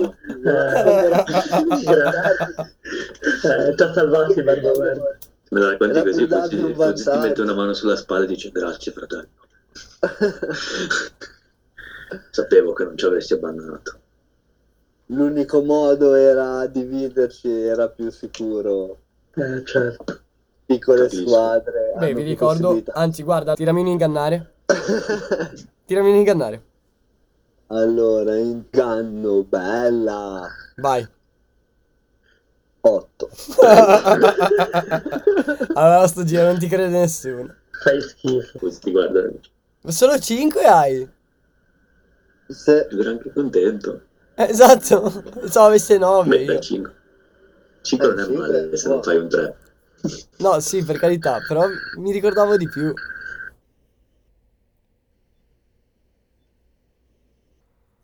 Ci ha salvati Barba Verde. Me la racconti Era così, per darvi un Fuzzi ti mette vantaggio. una mano sulla spalla e dice grazie fratello. Sapevo che non ci avresti abbandonato. L'unico modo era dividerci, era più sicuro. Certo. Piccole Capisco. squadre. Beh, hanno vi più ricordo, possibilità. anzi guarda, tirami un ingannare. Tirami un ingannare. Allora, inganno, bella. Vai. 8. Allora sto giro non ti crede nessuno. Fai schifo. Fuzzi ti guarda, Ma solo 5 hai? Se... ero anche contento. Esatto. Pensavo avesse 9 Beh, io. dai, 5. 5 non è cinque male è se non buono. fai un 3. No, sì, per carità, però mi ricordavo di più.